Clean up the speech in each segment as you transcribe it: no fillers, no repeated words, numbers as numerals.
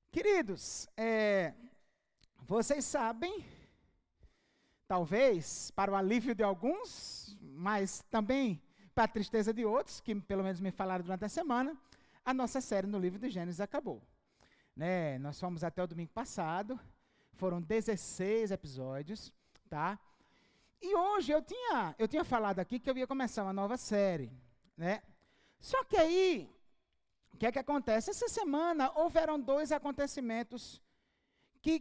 Queridos, vocês sabem, talvez para o alívio de alguns, mas também para a tristeza de outros, que pelo menos me falaram durante a semana, a nossa série no livro de Gênesis acabou. Né? Nós fomos até o domingo passado, foram 16 episódios, tá? E hoje eu tinha falado aqui que eu ia começar uma nova série, né? Só que aí, o que é que acontece? Essa semana houveram dois acontecimentos que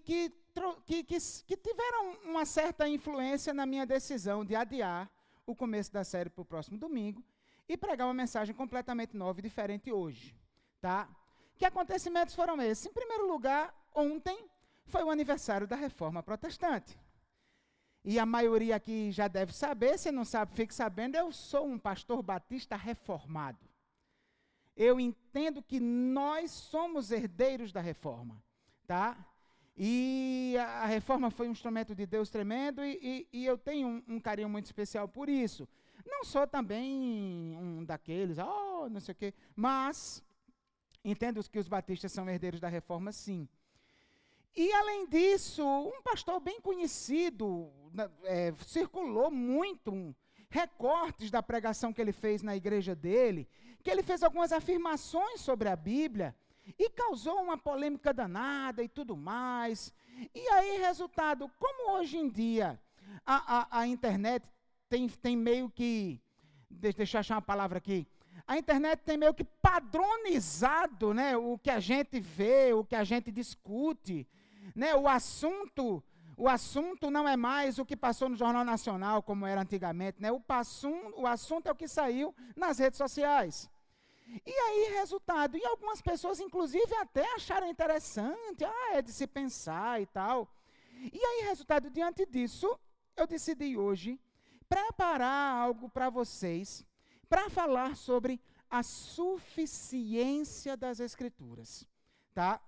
tiveram uma certa influência na minha decisão de adiar o começo da série para o próximo domingo e pregar uma mensagem completamente nova e diferente hoje, tá? Que acontecimentos foram esses? Em primeiro lugar, ontem foi o aniversário da Reforma Protestante. E a maioria aqui já deve saber, se não sabe, fique sabendo, eu sou um pastor batista reformado. Eu entendo que nós somos herdeiros da reforma, tá? E a reforma foi um instrumento de Deus tremendo e eu tenho um carinho muito especial por isso. Não sou também um daqueles, não sei o quê, mas entendo que os batistas são herdeiros da reforma, sim. E, além disso, um pastor bem conhecido, circulou muito recortes da pregação que ele fez na igreja dele, que ele fez algumas afirmações sobre a Bíblia e causou uma polêmica danada e tudo mais. E aí, resultado, como hoje em dia a internet tem meio que, deixa eu achar uma palavra aqui, a internet tem meio que padronizado, né, o que a gente vê, o que a gente discute, né, o assunto não é mais o que passou no Jornal Nacional, como era antigamente, né, o assunto é o que saiu nas redes sociais. E aí, resultado, e algumas pessoas, inclusive, até acharam interessante, é de se pensar e tal. E aí, resultado, diante disso, eu decidi hoje preparar algo para vocês, para falar sobre a suficiência das Escrituras, tá?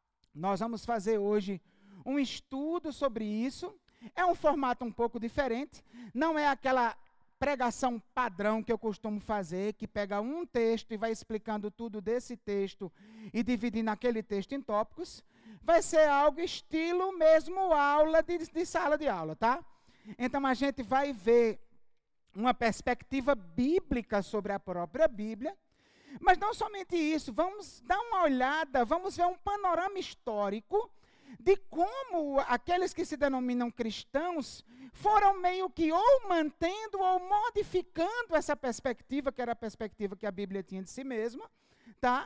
Nós vamos fazer hoje um estudo sobre isso. É um formato um pouco diferente, não é aquela pregação padrão que eu costumo fazer, que pega um texto e vai explicando tudo desse texto e dividindo aquele texto em tópicos. Vai ser algo estilo mesmo aula de sala de aula, tá? Então a gente vai ver uma perspectiva bíblica sobre a própria Bíblia, mas não somente isso, vamos dar uma olhada, vamos ver um panorama histórico de como aqueles que se denominam cristãos foram meio que ou mantendo ou modificando essa perspectiva, que era a perspectiva que a Bíblia tinha de si mesma, tá?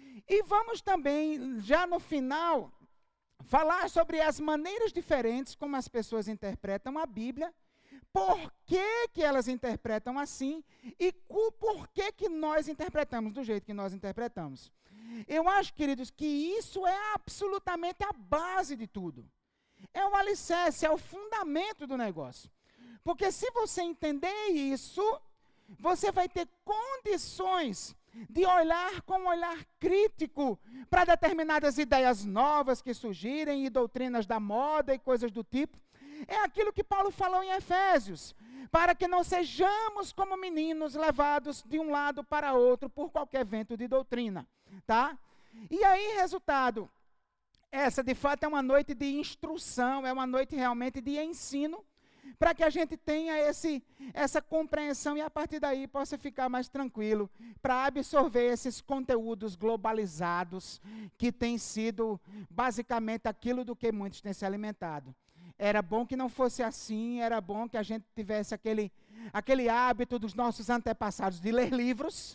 E vamos também, já no final, falar sobre as maneiras diferentes como as pessoas interpretam a Bíblia, por que elas interpretam assim e por que nós interpretamos do jeito que nós interpretamos. Eu acho, queridos, que isso é absolutamente a base de tudo. É o alicerce, é o fundamento do negócio. Porque se você entender isso, você vai ter condições de olhar com um olhar crítico para determinadas ideias novas que surgirem e doutrinas da moda e coisas do tipo. É aquilo que Paulo falou em Efésios, para que não sejamos como meninos levados de um lado para outro por qualquer vento de doutrina, tá? E aí, resultado, essa de fato é uma noite de instrução, é uma noite realmente de ensino, para que a gente tenha essa compreensão e a partir daí possa ficar mais tranquilo para absorver esses conteúdos globalizados que têm sido basicamente aquilo do que muitos têm se alimentado. Era bom que não fosse assim, era bom que a gente tivesse aquele hábito dos nossos antepassados de ler livros,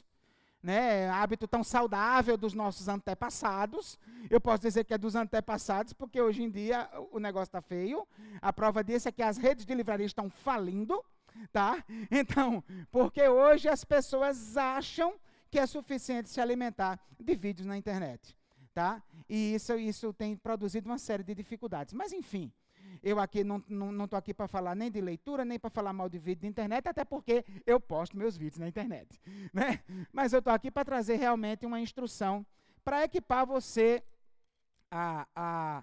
né? Hábito tão saudável dos nossos antepassados. Eu posso dizer que é dos antepassados, porque hoje em dia o negócio está feio. A prova disso é que as redes de livraria estão falindo, tá? Então, porque hoje as pessoas acham que é suficiente se alimentar de vídeos na internet, tá? E isso tem produzido uma série de dificuldades. Mas, enfim, eu aqui não estou aqui para falar nem de leitura, nem para falar mal de vídeo de internet, até porque eu posto meus vídeos na internet, né? Mas eu estou aqui para trazer realmente uma instrução para equipar você a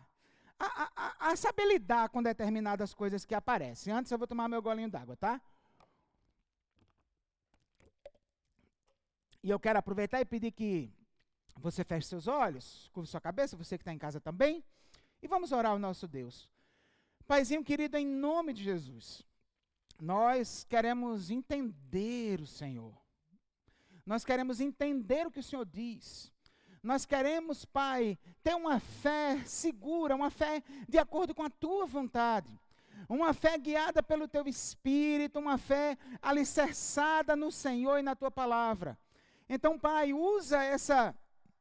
saber lidar com determinadas coisas que aparecem. Antes eu vou tomar meu golinho d'água, tá? E eu quero aproveitar e pedir que você feche seus olhos, curva sua cabeça, você que está em casa também, e vamos orar ao nosso Deus. Paizinho querido, em nome de Jesus, nós queremos entender o Senhor. Nós queremos entender o que o Senhor diz. Nós queremos, Pai, ter uma fé segura, uma fé de acordo com a Tua vontade. Uma fé guiada pelo Teu Espírito, uma fé alicerçada no Senhor e na Tua palavra. Então, Pai, usa essa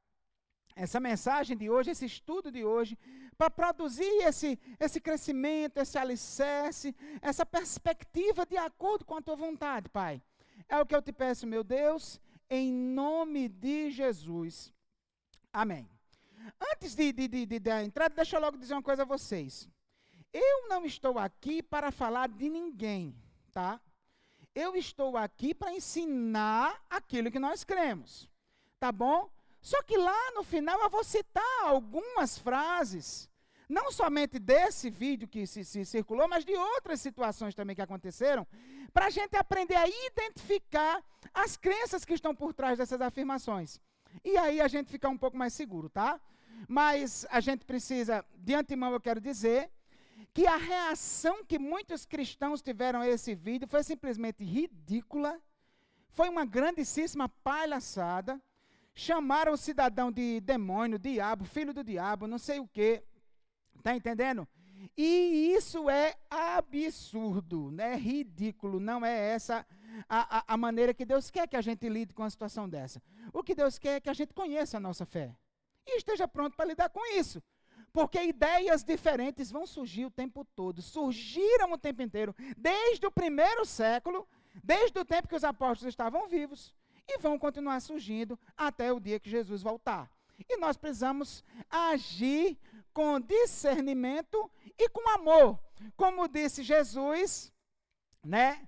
mensagem de hoje, esse estudo de hoje, para produzir esse crescimento, esse alicerce, essa perspectiva de acordo com a Tua vontade, Pai. É o que eu te peço, meu Deus, em nome de Jesus. Amém. Antes da entrada, deixa eu logo dizer uma coisa a vocês. Eu não estou aqui para falar de ninguém, tá? Eu estou aqui para ensinar aquilo que nós cremos, tá bom? Só que lá no final eu vou citar algumas frases, não somente desse vídeo que se circulou, mas de outras situações também que aconteceram, para a gente aprender a identificar as crenças que estão por trás dessas afirmações. E aí a gente fica um pouco mais seguro, tá? Mas a gente precisa, de antemão eu quero dizer, que a reação que muitos cristãos tiveram a esse vídeo foi simplesmente ridícula, foi uma grandíssima palhaçada, chamaram o cidadão de demônio, diabo, filho do diabo, não sei o quê, tá entendendo? E isso é absurdo, né? Ridículo, não é essa a maneira que Deus quer que a gente lide com uma situação dessa. O que Deus quer é que a gente conheça a nossa fé e esteja pronto para lidar com isso. Porque ideias diferentes vão surgir o tempo todo, surgiram o tempo inteiro, desde o primeiro século, desde o tempo que os apóstolos estavam vivos, e vão continuar surgindo até o dia que Jesus voltar. E nós precisamos agir com discernimento e com amor. Como disse Jesus, né?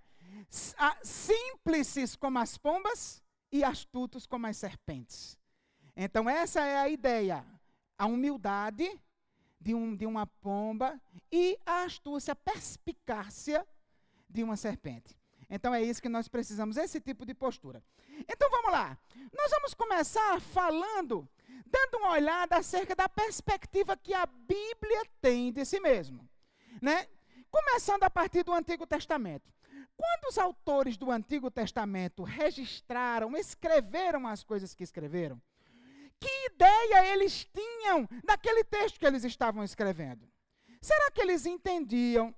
Simples como as pombas e astutos como as serpentes. Então essa é a ideia, a humildade de uma pomba e a astúcia, a perspicácia de uma serpente. Então é isso que nós precisamos, esse tipo de postura. Então vamos lá, nós vamos começar falando, dando uma olhada acerca da perspectiva que a Bíblia tem de si mesmo, né? Começando a partir do Antigo Testamento. Quando os autores do Antigo Testamento registraram, escreveram as coisas que escreveram, que ideia eles tinham daquele texto que eles estavam escrevendo? Será que eles entendiam?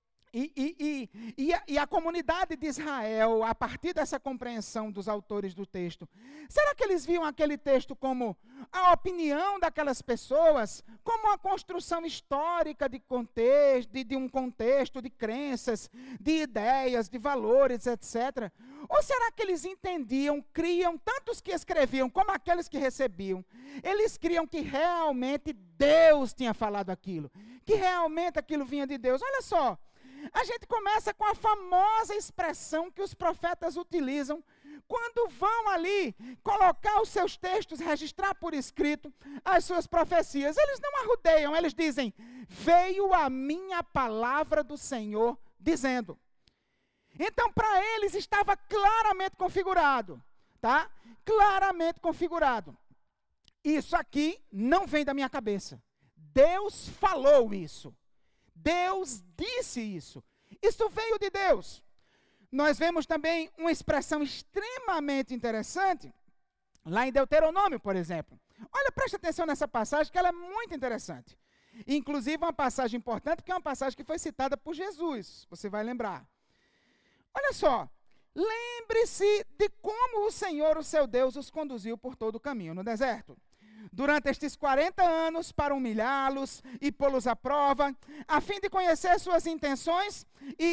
E a comunidade de Israel, a partir dessa compreensão dos autores do texto, será que eles viam aquele texto como a opinião daquelas pessoas, como uma construção histórica de contexto, de um contexto de crenças, de ideias, de valores, etc.? Ou será que eles entendiam, criam, tanto os que escreviam como aqueles que recebiam, eles criam que realmente Deus tinha falado aquilo, que realmente aquilo vinha de Deus? Olha só. A gente começa com a famosa expressão que os profetas utilizam quando vão ali colocar os seus textos, registrar por escrito as suas profecias. Eles não arrudeiam, eles dizem: veio a minha palavra do Senhor dizendo. Então, para eles estava claramente configurado, tá? Claramente configurado. Isso aqui não vem da minha cabeça. Deus falou isso. Deus disse isso. Isso veio de Deus. Nós vemos também uma expressão extremamente interessante, lá em Deuteronômio, por exemplo. Olha, preste atenção nessa passagem, que ela é muito interessante. Inclusive, uma passagem importante, porque é uma passagem que foi citada por Jesus, você vai lembrar. Olha só, lembre-se de como o Senhor, o seu Deus, os conduziu por todo o caminho no deserto. Durante estes 40 anos, para humilhá-los e pô-los à prova, a fim de conhecer suas intenções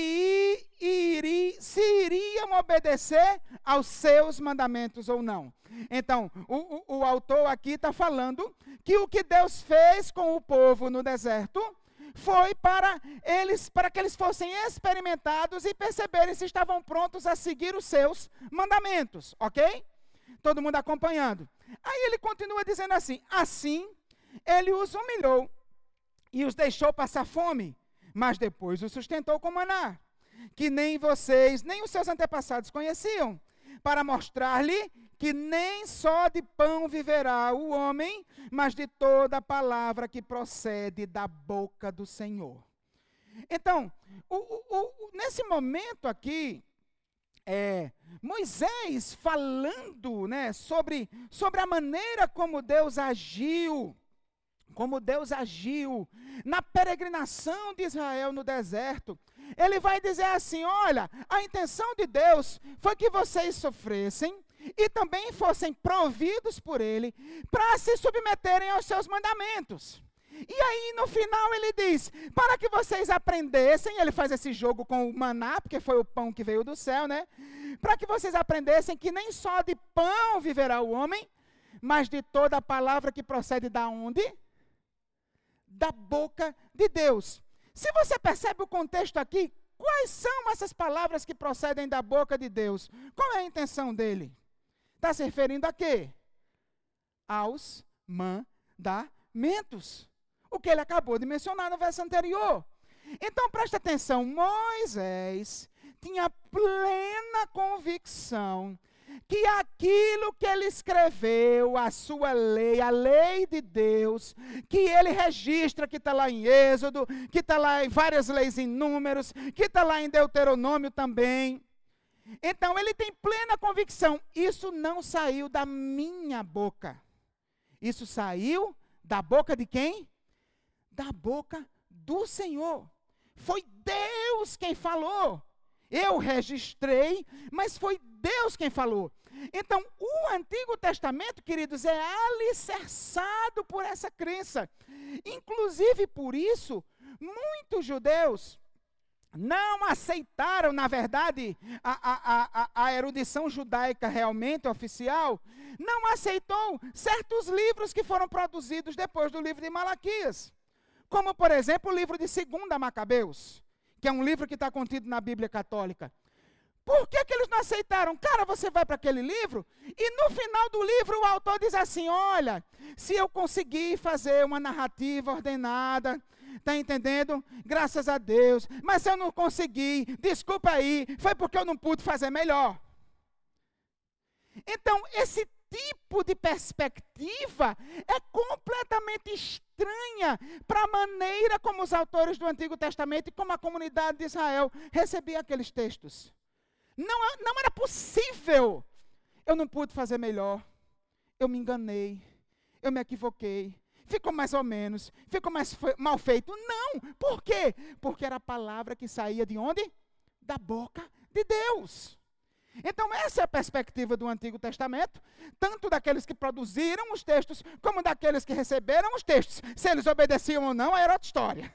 e se iriam obedecer aos seus mandamentos ou não. Então, o autor aqui está falando que o que Deus fez com o povo no deserto foi para que eles fossem experimentados e perceberem se estavam prontos a seguir os seus mandamentos, ok? Todo mundo acompanhando. Aí ele continua dizendo assim: assim ele os humilhou e os deixou passar fome, mas depois os sustentou com maná, que nem vocês, nem os seus antepassados conheciam, para mostrar-lhe que nem só de pão viverá o homem, mas de toda a palavra que procede da boca do Senhor. Então, nesse momento aqui, Moisés falando, né, sobre a maneira como Deus agiu na peregrinação de Israel no deserto. Ele vai dizer assim: olha, a intenção de Deus foi que vocês sofressem e também fossem providos por Ele para se submeterem aos seus mandamentos. E aí no final ele diz, para que vocês aprendessem, ele faz esse jogo com o maná, porque foi o pão que veio do céu, né? Para que vocês aprendessem que nem só de pão viverá o homem, mas de toda a palavra que procede da onde? Da boca de Deus. Se você percebe o contexto aqui, quais são essas palavras que procedem da boca de Deus? Qual é a intenção dele? Está se referindo a quê? Aos mandamentos. O que ele acabou de mencionar no verso anterior. Então, presta atenção, Moisés tinha plena convicção que aquilo que ele escreveu, a sua lei, a lei de Deus, que ele registra, que está lá em Êxodo, que está lá em várias leis em Números, que está lá em Deuteronômio também. Então, ele tem plena convicção, isso não saiu da minha boca. Isso saiu da boca de quem? Da boca do Senhor. Foi Deus quem falou. Eu registrei, mas foi Deus quem falou. Então, o Antigo Testamento, queridos, é alicerçado por essa crença. Inclusive por isso, muitos judeus não aceitaram, na verdade, a erudição judaica realmente oficial, não aceitou certos livros que foram produzidos depois do livro de Malaquias. Como, por exemplo, o livro de 2 Macabeus, que é um livro que está contido na Bíblia Católica. Por que eles não aceitaram? Cara, você vai para aquele livro e no final do livro o autor diz assim, olha, se eu conseguir fazer uma narrativa ordenada, está entendendo? Graças a Deus. Mas se eu não conseguir, desculpa aí, foi porque eu não pude fazer melhor. Então, esse tipo de perspectiva é completamente estranha para a maneira como os autores do Antigo Testamento e como a comunidade de Israel recebia aqueles textos. Não era possível. Eu não pude fazer melhor. Eu me enganei. Eu me equivoquei. Ficou mais ou menos. Ficou mais mal feito. Não. Por quê? Porque era a palavra que saía de onde? Da boca de Deus. Então, essa é a perspectiva do Antigo Testamento, tanto daqueles que produziram os textos, como daqueles que receberam os textos. Se eles obedeciam ou não, era outra história.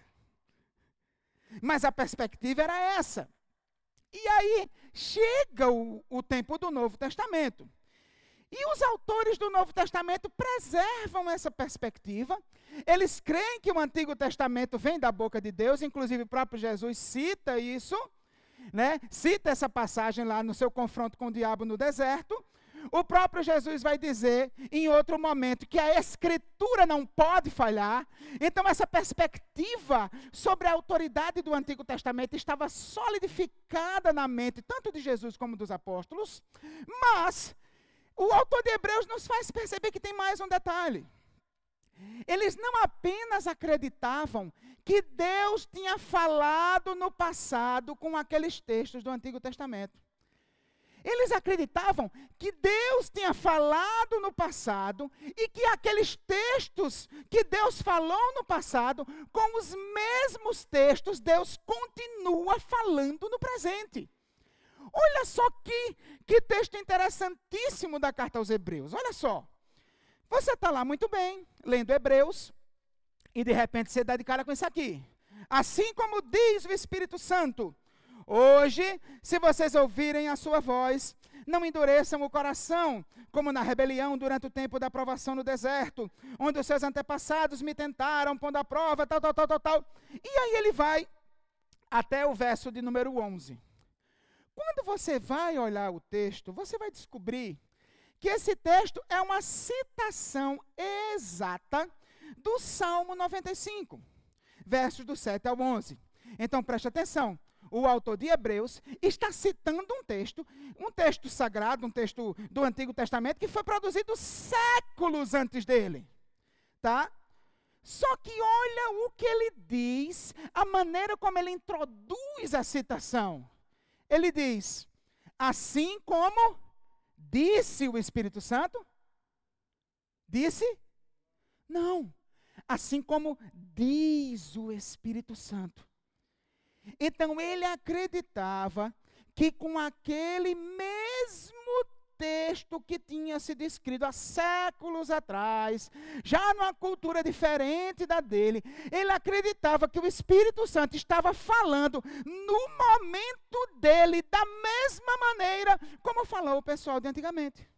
Mas a perspectiva era essa. E aí, chega o tempo do Novo Testamento. E os autores do Novo Testamento preservam essa perspectiva. Eles creem que o Antigo Testamento vem da boca de Deus, inclusive o próprio Jesus cita isso, né? Cita essa passagem lá no seu confronto com o diabo no deserto. O próprio Jesus vai dizer em outro momento que a Escritura não pode falhar. Então essa perspectiva sobre a autoridade do Antigo Testamento estava solidificada na mente tanto de Jesus como dos apóstolos. Mas o autor de Hebreus nos faz perceber que tem mais um detalhe. Eles não apenas acreditavam que Deus tinha falado no passado com aqueles textos do Antigo Testamento. Eles acreditavam que Deus tinha falado no passado e que aqueles textos que Deus falou no passado, com os mesmos textos, Deus continua falando no presente. Olha só que texto interessantíssimo da carta aos Hebreus. Olha só. Você está lá muito bem, lendo Hebreus, e de repente você dá de cara com isso aqui. Assim como diz o Espírito Santo, hoje, se vocês ouvirem a sua voz, não endureçam o coração, como na rebelião durante o tempo da provação no deserto, onde os seus antepassados me tentaram, pondo à prova, tal. E aí ele vai até o verso de número 11. Quando você vai olhar o texto, você vai descobrir que esse texto é uma citação exata do Salmo 95, versos do 7 ao 11. Então, preste atenção. o autor de Hebreus está citando um texto sagrado, um texto do Antigo Testamento, que foi produzido séculos antes dele. Tá? Só que olha o que ele diz, a maneira como ele introduz a citação. Ele diz, assim como disse o Espírito Santo. Disse? Não. Assim como diz o Espírito Santo. Então ele acreditava que com aquele mesmo texto que tinha sido escrito há séculos atrás, já numa cultura diferente da dele, ele acreditava que o Espírito Santo estava falando no momento dele, da mesma maneira como falou o pessoal de antigamente.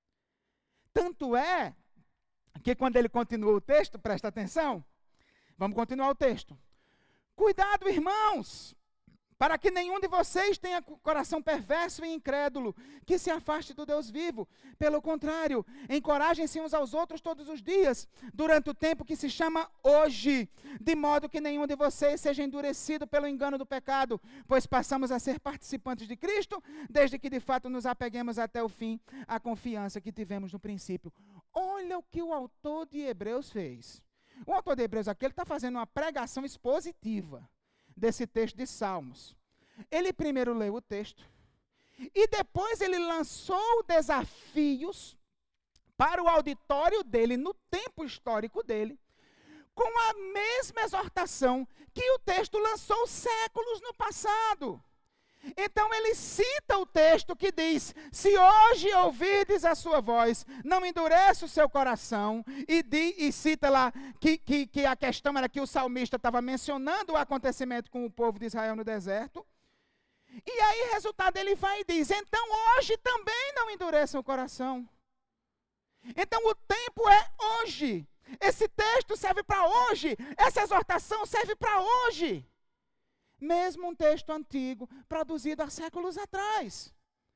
Tanto é que quando ele continua o texto, presta atenção, vamos continuar o texto. Cuidado, irmãos, para que nenhum de vocês tenha coração perverso e incrédulo, que se afaste do Deus vivo. Pelo contrário, encorajem-se uns aos outros todos os dias, durante o tempo que se chama hoje, de modo que nenhum de vocês seja endurecido pelo engano do pecado, pois passamos a ser participantes de Cristo, desde que de fato nos apeguemos até o fim à confiança que tivemos no princípio. Olha o que o autor de Hebreus fez. O autor de Hebreus aqui está fazendo uma pregação expositiva desse texto de Salmos. Ele primeiro leu o texto e depois ele lançou desafios para o auditório dele, no tempo histórico dele, com a mesma exortação que o texto lançou séculos no passado. Então ele cita o texto que diz, se hoje ouvirdes a sua voz, não endureça o seu coração, e cita lá que a questão era que o salmista estava mencionando o acontecimento com o povo de Israel no deserto, e aí resultado ele vai e diz, então hoje também não endureçam o coração. Então o tempo é hoje, esse texto serve para hoje, essa exortação serve para hoje. Mesmo um texto antigo, produzido há séculos atrás.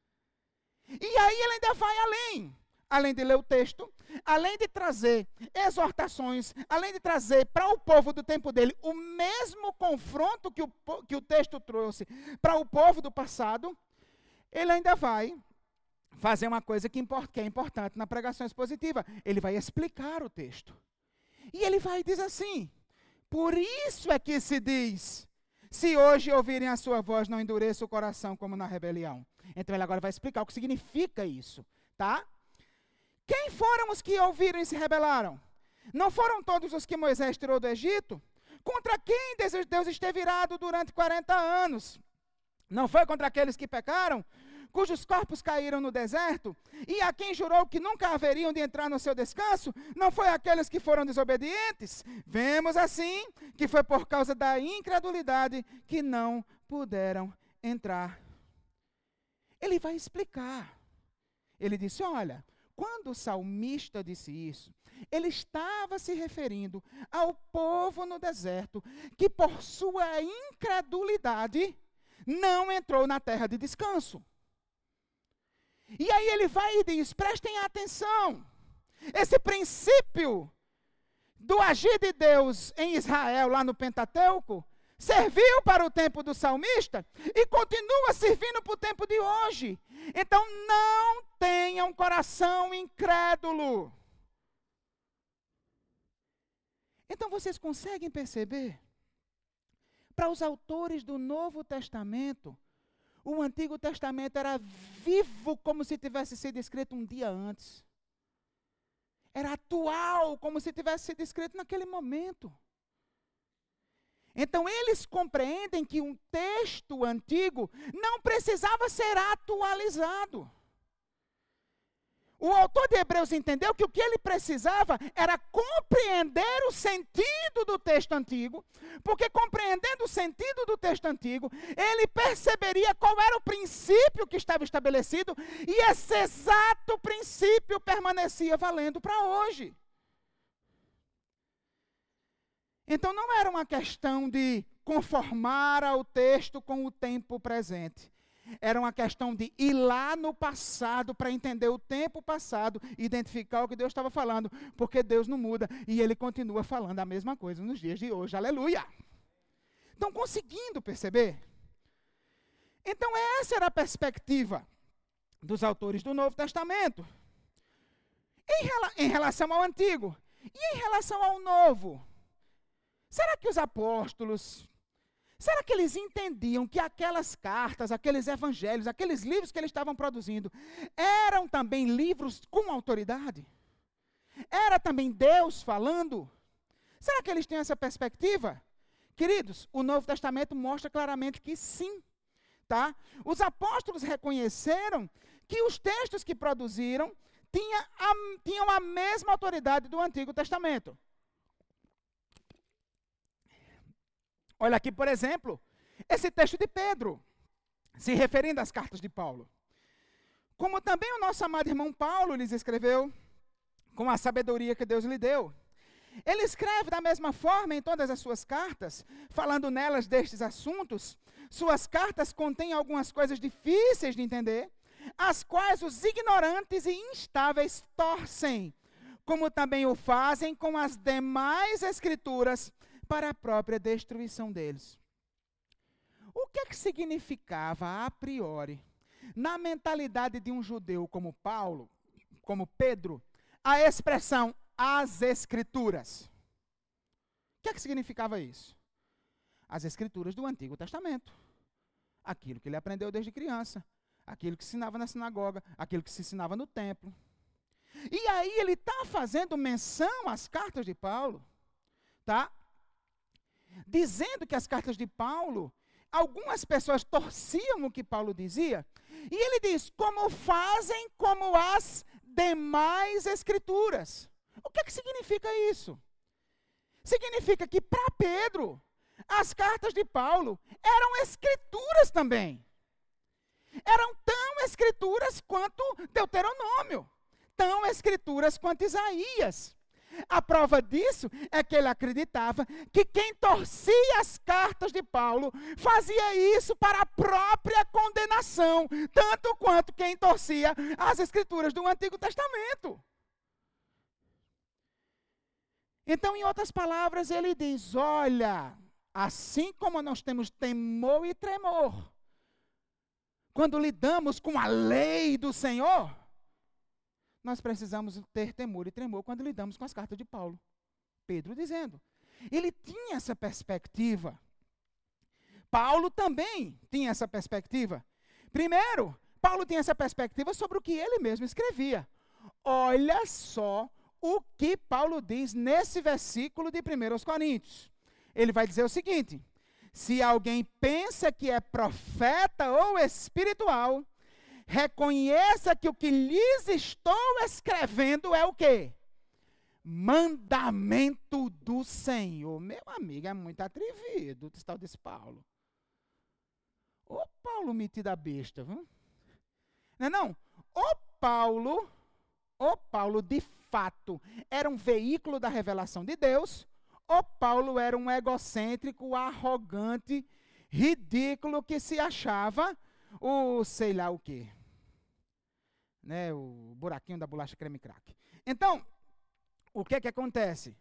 E aí ele ainda vai além de ler o texto, além de trazer exortações, além de trazer para o povo do tempo dele o mesmo confronto que o texto trouxe para o povo do passado, ele ainda vai fazer uma coisa que é importante na pregação expositiva. Ele vai explicar o texto. E ele vai dizer assim, por isso é que se diz, se hoje ouvirem a sua voz, não endureça o coração como na rebelião. Então ele agora vai explicar o que significa isso, tá? Quem foram os que ouviram e se rebelaram? Não foram todos os que Moisés tirou do Egito? Contra quem Deus esteve irado durante 40 anos? Não foi contra aqueles que pecaram, cujos corpos caíram no deserto? E a quem jurou que nunca haveriam de entrar no seu descanso? Não foi aqueles que foram desobedientes? Vemos assim que foi por causa da incredulidade que não puderam entrar. Ele vai explicar. Ele disse, olha, quando o salmista disse isso, ele estava se referindo ao povo no deserto, que por sua incredulidade não entrou na terra de descanso. E aí ele vai e diz, prestem atenção, esse princípio do agir de Deus em Israel, lá no Pentateuco, serviu para o tempo do salmista e continua servindo para o tempo de hoje. Então não tenha um coração incrédulo. Então vocês conseguem perceber? Para os autores do Novo Testamento, o Antigo Testamento era vivo como se tivesse sido escrito um dia antes. Era atual como se tivesse sido escrito naquele momento. Então eles compreendem que um texto antigo não precisava ser atualizado. O autor de Hebreus entendeu que o que ele precisava era compreender o sentido do texto antigo, porque compreendendo o sentido do texto antigo, ele perceberia qual era o princípio que estava estabelecido, e esse exato princípio permanecia valendo para hoje. Então não era uma questão de conformar ao texto com o tempo presente. Era uma questão de ir lá no passado para entender o tempo passado, identificar o que Deus estava falando, porque Deus não muda e Ele continua falando a mesma coisa nos dias de hoje. Aleluia! Estão conseguindo perceber? Então, essa era a perspectiva dos autores do Novo Testamento. Em relação ao Antigo e em relação ao Novo, será que os apóstolos, será que eles entendiam que aquelas cartas, aqueles evangelhos, aqueles livros que eles estavam produzindo, eram também livros com autoridade? Era também Deus falando? Será que eles têm essa perspectiva? Queridos, o Novo Testamento mostra claramente que sim, tá? Os apóstolos reconheceram que os textos que produziram tinham a mesma autoridade do Antigo Testamento. Olha aqui, por exemplo, esse texto de Pedro, se referindo às cartas de Paulo. Como também o nosso amado irmão Paulo lhes escreveu, com a sabedoria que Deus lhe deu. Ele escreve da mesma forma em todas as suas cartas, falando nelas destes assuntos. Suas cartas contêm algumas coisas difíceis de entender, as quais os ignorantes e instáveis torcem, como também o fazem com as demais escrituras para a própria destruição deles. O que é que significava a priori, na mentalidade de um judeu como Paulo, como Pedro, a expressão as escrituras? O que é que significava isso? As escrituras do Antigo Testamento. Aquilo que ele aprendeu desde criança. Aquilo que se ensinava na sinagoga. Aquilo que se ensinava no templo. E aí ele está fazendo menção às cartas de Paulo. Tá? Dizendo que as cartas de Paulo, algumas pessoas torciam o que Paulo dizia. E ele diz, como fazem como as demais escrituras. O que é que significa isso? Significa que para Pedro, as cartas de Paulo eram escrituras também. Eram tão escrituras quanto Deuteronômio, tão escrituras quanto Isaías. A prova disso é que ele acreditava que quem torcia as cartas de Paulo fazia isso para a própria condenação, tanto quanto quem torcia as escrituras do Antigo Testamento. Então, em outras palavras, ele diz, olha, assim como nós temos temor e tremor, quando lidamos com a lei do Senhor, nós precisamos ter temor e tremor quando lidamos com as cartas de Paulo. Pedro dizendo. Ele tinha essa perspectiva. Paulo também tinha essa perspectiva. Primeiro, Paulo tinha essa perspectiva sobre o que ele mesmo escrevia. Olha só o que Paulo diz nesse versículo de 1 Coríntios. Ele vai dizer o seguinte, se alguém pensa que é profeta ou espiritual, reconheça que o que lhes estou escrevendo é o quê? Mandamento do Senhor. Meu amigo, é muito atrevido o tal desse Paulo. Ô Paulo metido a besta, viu? Não. O Paulo de fato era um veículo da revelação de Deus, o Paulo era um egocêntrico, arrogante, ridículo que se achava o sei lá o quê. Né, o buraquinho da bolacha creme crack. Então, o que é que acontece?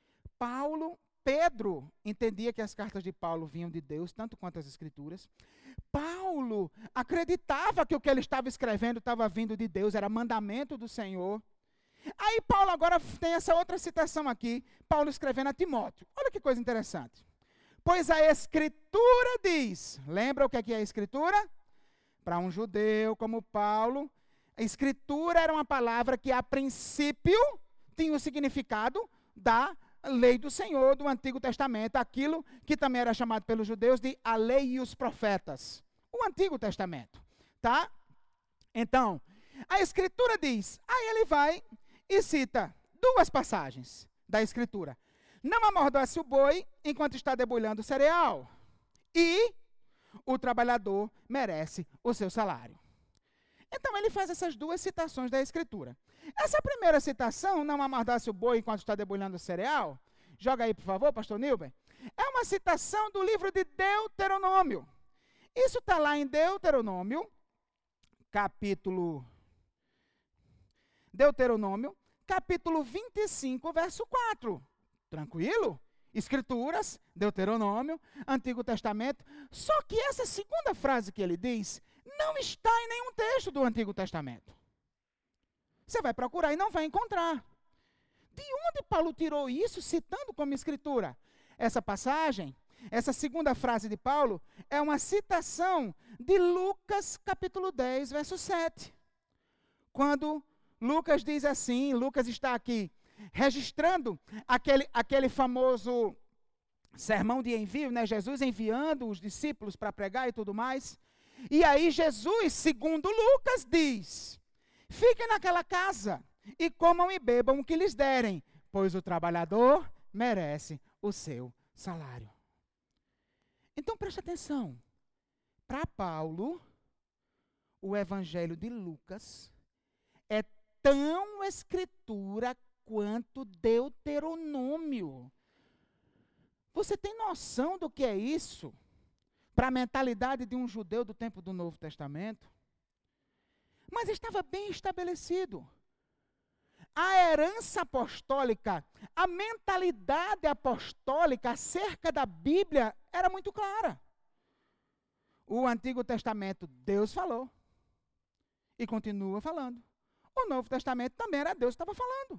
Pedro entendia que as cartas de Paulo vinham de Deus, tanto quanto as escrituras. Paulo acreditava que o que ele estava escrevendo estava vindo de Deus, era mandamento do Senhor. Aí Paulo agora tem essa outra citação aqui, Paulo escrevendo a Timóteo. Olha que coisa interessante. Pois a escritura diz, lembra o que é a escritura? Para um judeu como Paulo, a escritura era uma palavra que a princípio tinha o significado da lei do Senhor, do Antigo Testamento, aquilo que também era chamado pelos judeus de a lei e os profetas. O Antigo Testamento, tá? Então, a escritura diz, aí ele vai e cita duas passagens da escritura. Não amordace o boi enquanto está debulhando o cereal. E o trabalhador merece o seu salário. Então ele faz essas duas citações da escritura. Essa primeira citação, não amordace o boi enquanto está debulhando o cereal, joga aí por favor, pastor Nilber, é uma citação do livro de Deuteronômio. Isso está lá em Deuteronômio, capítulo 25, verso 4. Tranquilo? Escrituras, Deuteronômio, Antigo Testamento. Só que essa segunda frase que ele diz não está em nenhum texto do Antigo Testamento. Você vai procurar e não vai encontrar. De onde Paulo tirou isso, citando como escritura? Essa passagem, essa segunda frase de Paulo, é uma citação de Lucas capítulo 10, verso 7. Quando Lucas diz assim, Lucas está aqui registrando aquele famoso sermão de envio, né? Jesus enviando os discípulos para pregar e tudo mais. E aí Jesus, segundo Lucas, diz: fiquem naquela casa e comam e bebam o que lhes derem, pois o trabalhador merece o seu salário. Então preste atenção. Para Paulo, o evangelho de Lucas é tão escritura quanto Deuteronômio. Você tem noção do que é isso para a mentalidade de um judeu do tempo do Novo Testamento? Mas estava bem estabelecido. A herança apostólica, a mentalidade apostólica acerca da Bíblia era muito clara. O Antigo Testamento, Deus falou. E continua falando. O Novo Testamento também era Deus que estava falando.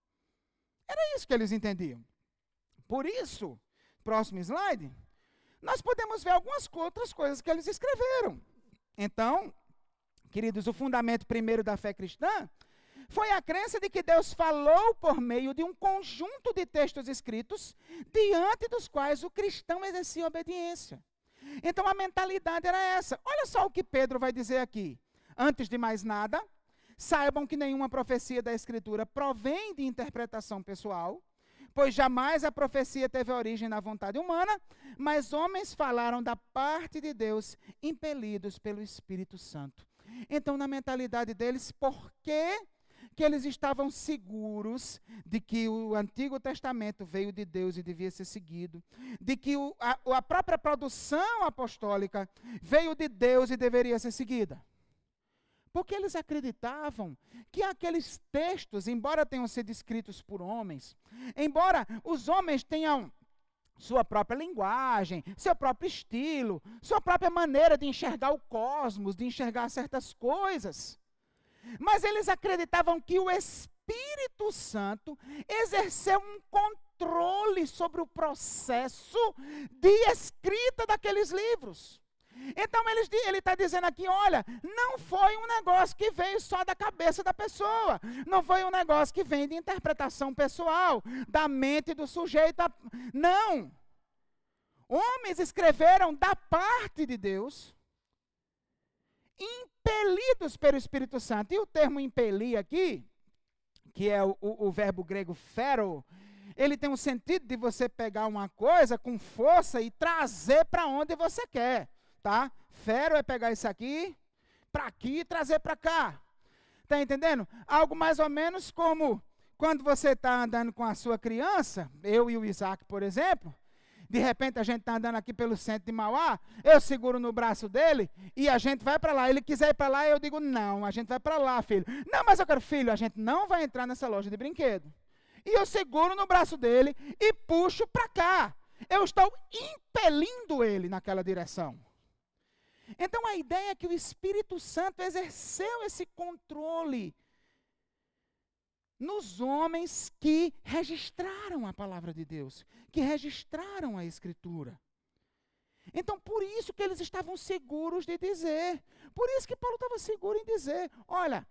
Era isso que eles entendiam. Por isso, próximo slide, nós podemos ver algumas outras coisas que eles escreveram. Então, queridos, o fundamento primeiro da fé cristã foi a crença de que Deus falou por meio de um conjunto de textos escritos, diante dos quais o cristão exercia obediência. Então a mentalidade era essa. Olha só o que Pedro vai dizer aqui. Antes de mais nada, saibam que nenhuma profecia da Escritura provém de interpretação pessoal, pois jamais a profecia teve origem na vontade humana, mas homens falaram da parte de Deus, impelidos pelo Espírito Santo. Então, na mentalidade deles, por que eles estavam seguros de que o Antigo Testamento veio de Deus e devia ser seguido, de que a própria produção apostólica veio de Deus e deveria ser seguida? Porque eles acreditavam que aqueles textos, embora tenham sido escritos por homens, embora os homens tenham sua própria linguagem, seu próprio estilo, sua própria maneira de enxergar o cosmos, de enxergar certas coisas, mas eles acreditavam que o Espírito Santo exerceu um controle sobre o processo de escrita daqueles livros. Então ele está dizendo aqui, olha, não foi um negócio que veio só da cabeça da pessoa, não foi um negócio que vem de interpretação pessoal, da mente do sujeito, não. Homens escreveram da parte de Deus, impelidos pelo Espírito Santo. E o termo impelir aqui, que é o verbo grego phero, ele tem um sentido de você pegar uma coisa com força e trazer para onde você quer. Tá? Phero é pegar isso aqui, para aqui e trazer para cá. Está entendendo? Algo mais ou menos como quando você está andando com a sua criança, eu e o Isaac, por exemplo, de repente a gente está andando aqui pelo centro de Mauá, eu seguro no braço dele e a gente vai para lá. Ele quiser ir para lá, eu digo, não, a gente vai para lá, filho. Não, mas eu quero, filho, a gente não vai entrar nessa loja de brinquedo. E eu seguro no braço dele e puxo para cá. Eu estou impelindo ele naquela direção. Então a ideia é que o Espírito Santo exerceu esse controle nos homens que registraram a palavra de Deus, que registraram a Escritura. Então por isso que eles estavam seguros de dizer, por isso que Paulo estava seguro em dizer, olha,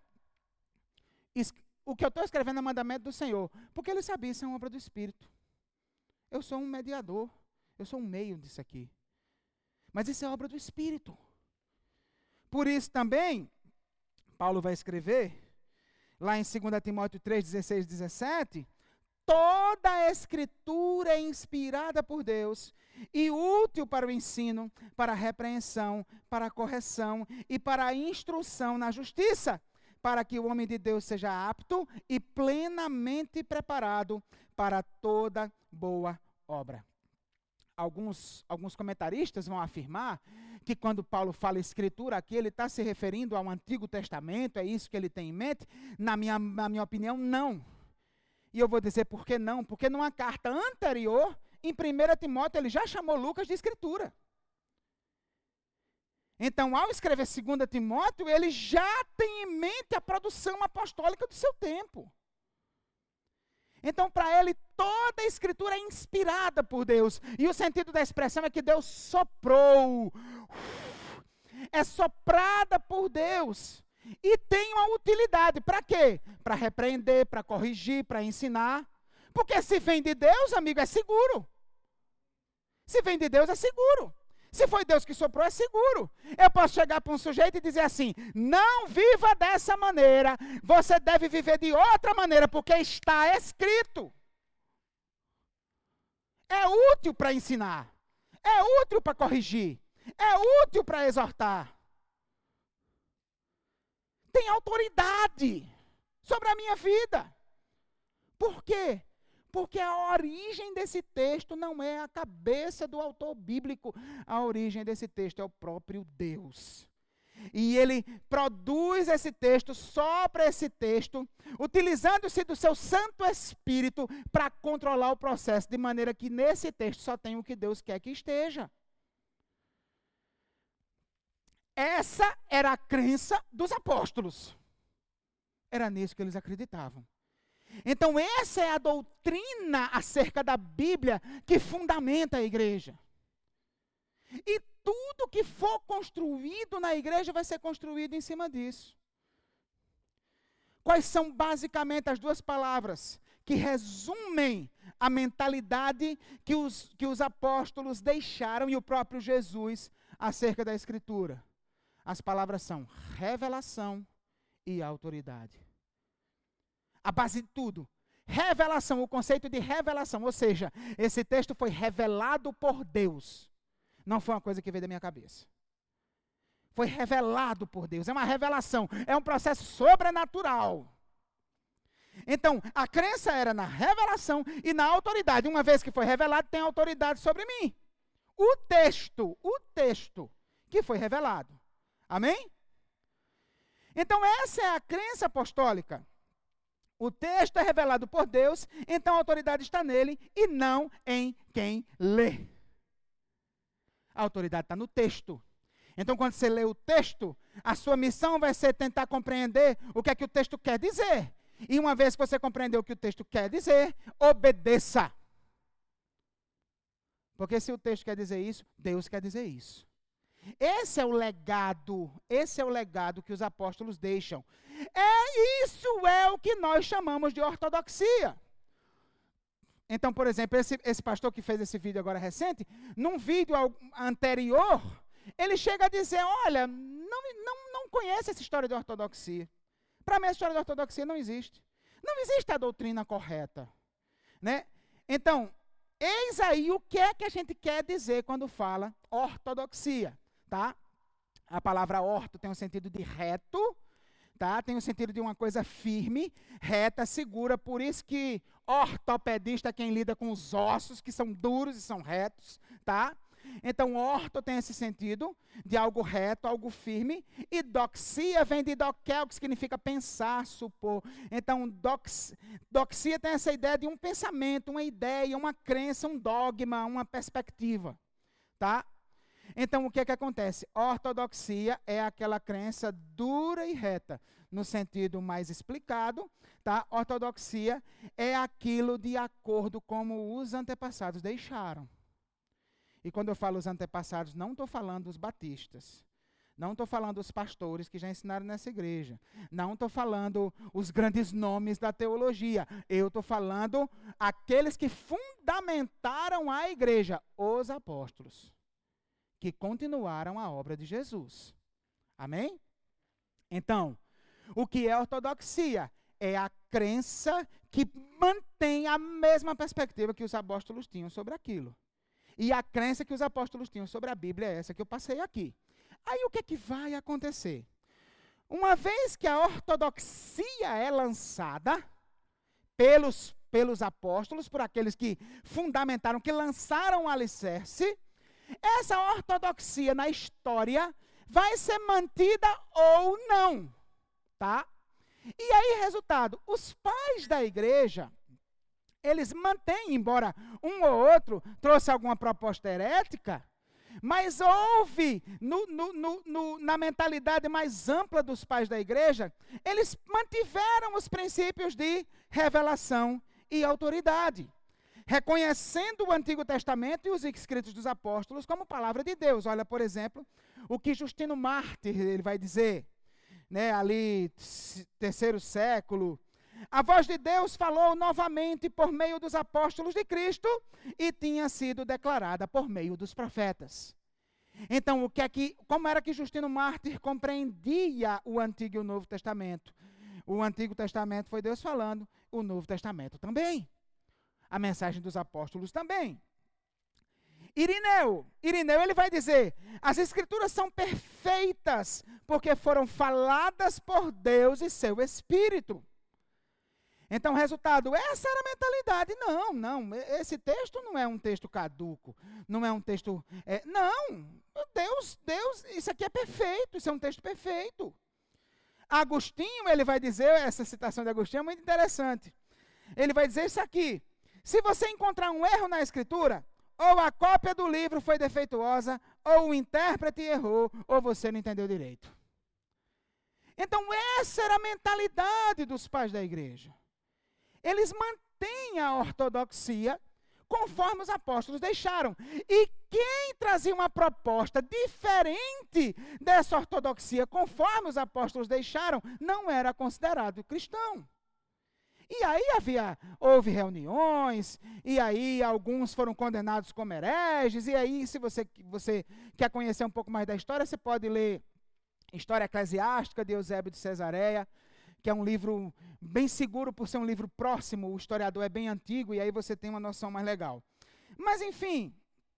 o que eu estou escrevendo é mandamento do Senhor, porque ele sabia, isso é uma obra do Espírito. Eu sou um mediador, eu sou um meio disso aqui. Mas isso é obra do Espírito. Por isso também, Paulo vai escrever, lá em 2 Timóteo 3, 16 e 17, toda a Escritura é inspirada por Deus e útil para o ensino, para a repreensão, para a correção e para a instrução na justiça, para que o homem de Deus seja apto e plenamente preparado para toda boa obra. Alguns comentaristas vão afirmar que quando Paulo fala Escritura aqui, ele está se referindo ao Antigo Testamento, é isso que ele tem em mente? Na minha opinião, não. E eu vou dizer por que não. Porque numa carta anterior, em 1 Timóteo, ele já chamou Lucas de escritura. Então, ao escrever 2 Timóteo, ele já tem em mente a produção apostólica do seu tempo. Então, para ele, toda a escritura é inspirada por Deus. E o sentido da expressão é que Deus soprou. É soprada por Deus. E tem uma utilidade. Para quê? Para repreender, para corrigir, para ensinar. Porque se vem de Deus, amigo, é seguro. Se vem de Deus, é seguro. Se foi Deus que soprou, é seguro. Eu posso chegar para um sujeito e dizer assim: não viva dessa maneira, você deve viver de outra maneira, porque está escrito. É útil para ensinar, é útil para corrigir, é útil para exortar. Tem autoridade sobre a minha vida. Por quê? Porque a origem desse texto não é a cabeça do autor bíblico. A origem desse texto é o próprio Deus. E ele produz esse texto, sopra esse texto, utilizando-se do seu Santo Espírito para controlar o processo, de maneira que nesse texto só tem o que Deus quer que esteja. Essa era a crença dos apóstolos. Era nisso que eles acreditavam. Então, essa é a doutrina acerca da Bíblia que fundamenta a igreja. E tudo que for construído na igreja vai ser construído em cima disso. Quais são basicamente as duas palavras que resumem a mentalidade que os apóstolos deixaram e o próprio Jesus acerca da Escritura? As palavras são revelação e autoridade. A base de tudo. Revelação, o conceito de revelação. Ou seja, esse texto foi revelado por Deus. Não foi uma coisa que veio da minha cabeça. Foi revelado por Deus. É uma revelação. É um processo sobrenatural. Então, a crença era na revelação e na autoridade. Uma vez que foi revelado, tem autoridade sobre mim. O texto que foi revelado. Amém? Então, essa é a crença apostólica. O texto é revelado por Deus, então a autoridade está nele e não em quem lê. A autoridade está no texto. Então, quando você lê o texto, a sua missão vai ser tentar compreender o que é que o texto quer dizer. E uma vez que você compreendeu o que o texto quer dizer, obedeça. Porque se o texto quer dizer isso, Deus quer dizer isso. Esse é o legado que os apóstolos deixam. Isso é o que nós chamamos de ortodoxia. Então, por exemplo, esse pastor que fez esse vídeo agora recente, num vídeo anterior, ele chega a dizer: olha, não conhece essa história de ortodoxia. Para mim, a história de ortodoxia não existe. Não existe a doutrina correta. Né? Então, eis aí o que é que a gente quer dizer quando fala ortodoxia. Tá? A palavra orto tem um sentido de reto, tá? Tem um sentido de uma coisa firme, reta, segura. Por isso que ortopedista é quem lida com os ossos, que são duros e são retos. Tá? Então, orto tem esse sentido de algo reto, algo firme. E doxia vem de doquel, que significa pensar, supor. Então, doxia tem essa ideia de um pensamento, uma ideia, uma crença, um dogma, uma perspectiva. Tá? Então, o que é que acontece? Ortodoxia é aquela crença dura e reta, no sentido mais explicado, tá? Ortodoxia é aquilo de acordo como os antepassados deixaram. E quando eu falo os antepassados, não estou falando dos batistas, não estou falando dos pastores que já ensinaram nessa igreja, não estou falando os grandes nomes da teologia, eu estou falando aqueles que fundamentaram a igreja, os apóstolos, que continuaram a obra de Jesus. Amém? Então, o que é ortodoxia? É a crença que mantém a mesma perspectiva que os apóstolos tinham sobre aquilo. E a crença que os apóstolos tinham sobre a Bíblia é essa que eu passei aqui. Aí o que é que vai acontecer? Uma vez que a ortodoxia é lançada pelos apóstolos, por aqueles que fundamentaram, que lançaram o alicerce, essa ortodoxia na história vai ser mantida ou não, tá? E aí, resultado, os pais da igreja, eles mantêm, embora um ou outro trouxe alguma proposta herética, mas houve, na mentalidade mais ampla dos pais da igreja, eles mantiveram os princípios de revelação e autoridade, reconhecendo o Antigo Testamento e os escritos dos apóstolos como palavra de Deus. Olha, por exemplo, o que Justino Mártir ele vai dizer, né, ali, 3º século. A voz de Deus falou novamente por meio dos apóstolos de Cristo e tinha sido declarada por meio dos profetas. Então, como era que Justino Mártir compreendia o Antigo e o Novo Testamento? O Antigo Testamento foi Deus falando, o Novo Testamento também. A mensagem dos apóstolos também. Irineu ele vai dizer, as escrituras são perfeitas porque foram faladas por Deus e seu Espírito. Então, resultado, essa era a mentalidade. Não, esse texto não é um texto caduco, não é um texto... Deus, isso aqui é perfeito, isso é um texto perfeito. Agostinho, ele vai dizer, essa citação de Agostinho é muito interessante. Ele vai dizer isso aqui, se você encontrar um erro na escritura, ou a cópia do livro foi defeituosa, ou o intérprete errou, ou você não entendeu direito. Então, essa era a mentalidade dos pais da igreja. Eles mantêm a ortodoxia conforme os apóstolos deixaram. E quem trazia uma proposta diferente dessa ortodoxia conforme os apóstolos deixaram, não era considerado cristão. E aí houve reuniões, e aí alguns foram condenados como hereges, e aí se você quer conhecer um pouco mais da história, você pode ler História Eclesiástica de Eusébio de Cesareia, que é um livro bem seguro por ser um livro próximo, o historiador é bem antigo, e aí você tem uma noção mais legal. Mas, enfim,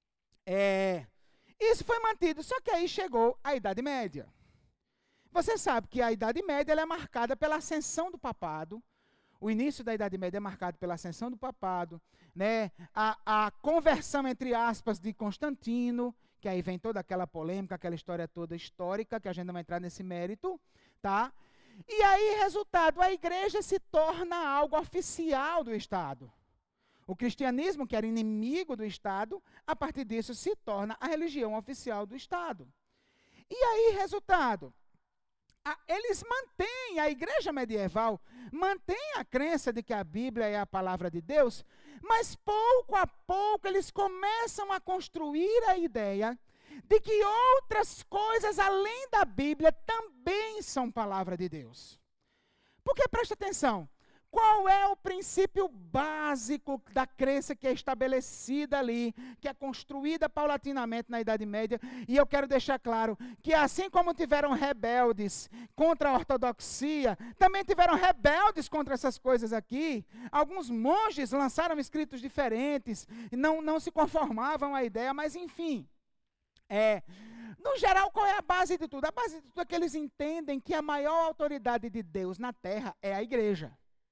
isso foi mantido, só que aí chegou a Idade Média. Você sabe que a Idade Média ela é marcada pela ascensão do papado, o início da Idade Média é marcado pela ascensão do papado, né? A conversão, entre aspas, de Constantino, que aí vem toda aquela polêmica, aquela história toda histórica, que a gente não vai entrar nesse mérito, tá? E aí, resultado, a igreja se torna algo oficial do Estado. O cristianismo, que era inimigo do Estado, a partir disso se torna a religião oficial do Estado. E aí, resultado, eles mantêm, a igreja medieval mantém a crença de que a Bíblia é a palavra de Deus, mas pouco a pouco eles começam a construir a ideia de que outras coisas além da Bíblia também são palavra de Deus. Porque, presta atenção, qual é o princípio básico da crença que é estabelecida ali, que é construída paulatinamente na Idade Média? E eu quero deixar claro que assim como tiveram rebeldes contra a ortodoxia, também tiveram rebeldes contra essas coisas aqui. Alguns monges lançaram escritos diferentes, não se conformavam à ideia, mas enfim... No geral, qual é a base de tudo? A base de tudo é que eles entendem que a maior autoridade de Deus na terra é a igreja.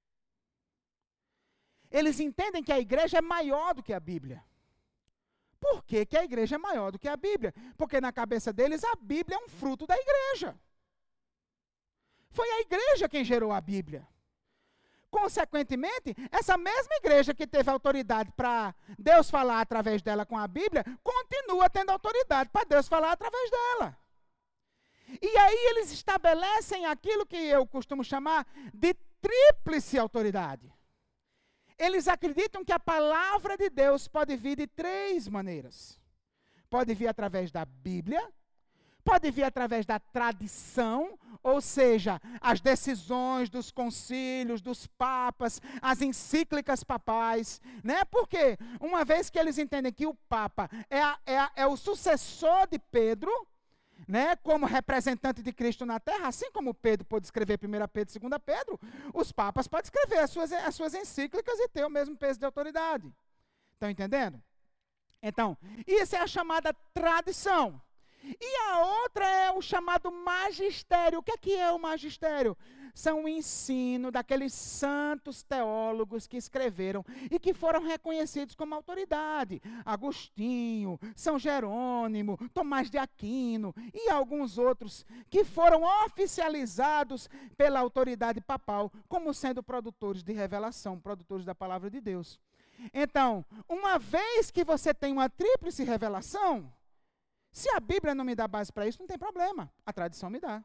Eles entendem que a igreja é maior do que a Bíblia. Por que que a igreja é maior do que a Bíblia? Porque na cabeça deles a Bíblia é um fruto da igreja. Foi a igreja quem gerou a Bíblia. Consequentemente, essa mesma igreja que teve autoridade para Deus falar através dela com a Bíblia, continua tendo autoridade para Deus falar através dela. E aí eles estabelecem aquilo que eu costumo chamar de tríplice autoridade. Eles acreditam que a palavra de Deus pode vir de 3 maneiras. Pode vir através da Bíblia, pode vir através da tradição, ou seja, as decisões dos concílios, dos papas, as encíclicas papais, né? Porque uma vez que eles entendem que o Papa é o sucessor de Pedro, né? Como representante de Cristo na Terra, assim como Pedro pôde escrever 1 Pedro e 2 Pedro, os papas podem escrever as suas encíclicas e ter o mesmo peso de autoridade. Estão entendendo? Então, isso é a chamada tradição. E a outra é o chamado magistério. O que é o magistério? São o ensino daqueles santos teólogos que escreveram e que foram reconhecidos como autoridade. Agostinho, São Jerônimo, Tomás de Aquino e alguns outros que foram oficializados pela autoridade papal como sendo produtores de revelação, produtores da palavra de Deus. Então, uma vez que você tem uma tríplice revelação, se a Bíblia não me dá base para isso, não tem problema, a tradição me dá.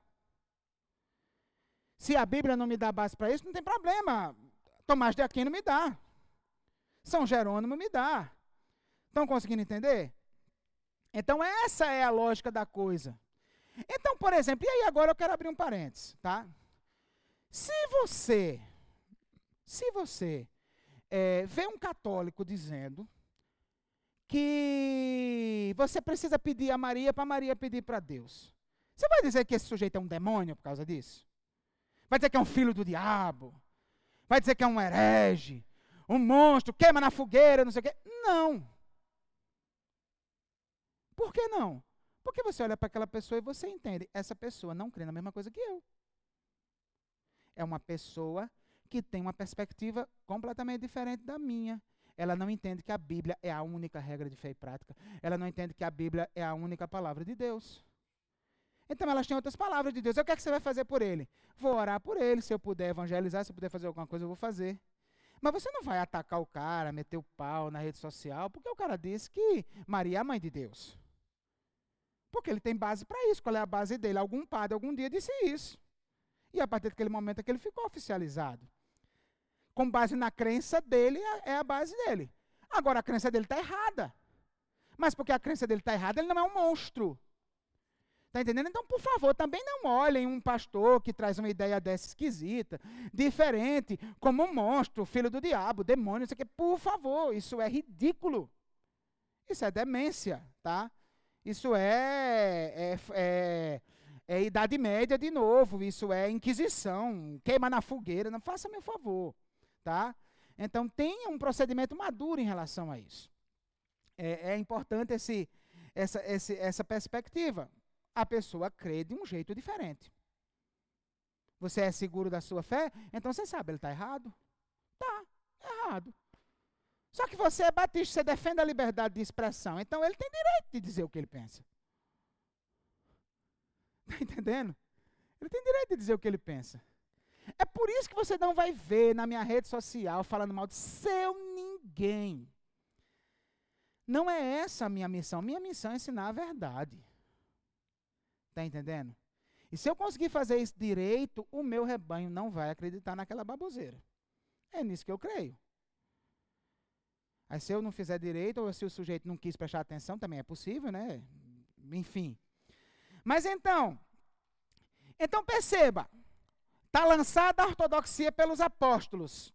Se a Bíblia não me dá base para isso, não tem problema. Tomás de Aquino me dá. São Jerônimo me dá. Estão conseguindo entender? Então, essa é a lógica da coisa. Então, por exemplo, e aí agora eu quero abrir um parênteses, tá? Se você vê um católico dizendo que você precisa pedir a Maria para Maria pedir para Deus, você vai dizer que esse sujeito é um demônio por causa disso? Vai dizer que é um filho do diabo? Vai dizer que é um herege? Um monstro, queima na fogueira, não sei o quê? Não. Por que não? Porque você olha para aquela pessoa e você entende, essa pessoa não crê na mesma coisa que eu. É uma pessoa que tem uma perspectiva completamente diferente da minha. Ela não entende que a Bíblia é a única regra de fé e prática. Ela não entende que a Bíblia é a única palavra de Deus. Então elas têm outras palavras de Deus. O que é que você vai fazer por ele? Vou orar por ele, se eu puder evangelizar, se eu puder fazer alguma coisa, eu vou fazer. Mas você não vai atacar o cara, meter o pau na rede social, porque o cara disse que Maria é a mãe de Deus. Porque ele tem base para isso. Qual é a base dele? Algum padre algum dia disse isso. E a partir daquele momento é que ele ficou oficializado. Com base na crença dele, é a base dele. Agora, a crença dele está errada. Mas porque a crença dele está errada, ele não é um monstro. Está entendendo? Então, por favor, também não olhem um pastor que traz uma ideia dessa esquisita, diferente, como um monstro, filho do diabo, demônio, isso aqui. Por favor, isso é ridículo. Isso é demência, tá? Isso é Idade Média de novo, isso é Inquisição, queima na fogueira, não faça meu favor, tá? Então, tenha um procedimento maduro em relação a isso. É importante essa perspectiva. A pessoa crê de um jeito diferente. Você é seguro da sua fé? Então você sabe, ele está errado? Está errado. Só que você é batista, você defende a liberdade de expressão, então ele tem direito de dizer o que ele pensa. Está entendendo? Ele tem direito de dizer o que ele pensa. É por isso que você não vai ver na minha rede social falando mal de seu ninguém. Não é essa a minha missão. Minha missão é ensinar a verdade. Está entendendo? E se eu conseguir fazer isso direito, o meu rebanho não vai acreditar naquela baboseira. É nisso que eu creio. Aí se eu não fizer direito, ou se o sujeito não quis prestar atenção, também é possível, né? Enfim. Mas então perceba, está lançada a ortodoxia pelos apóstolos.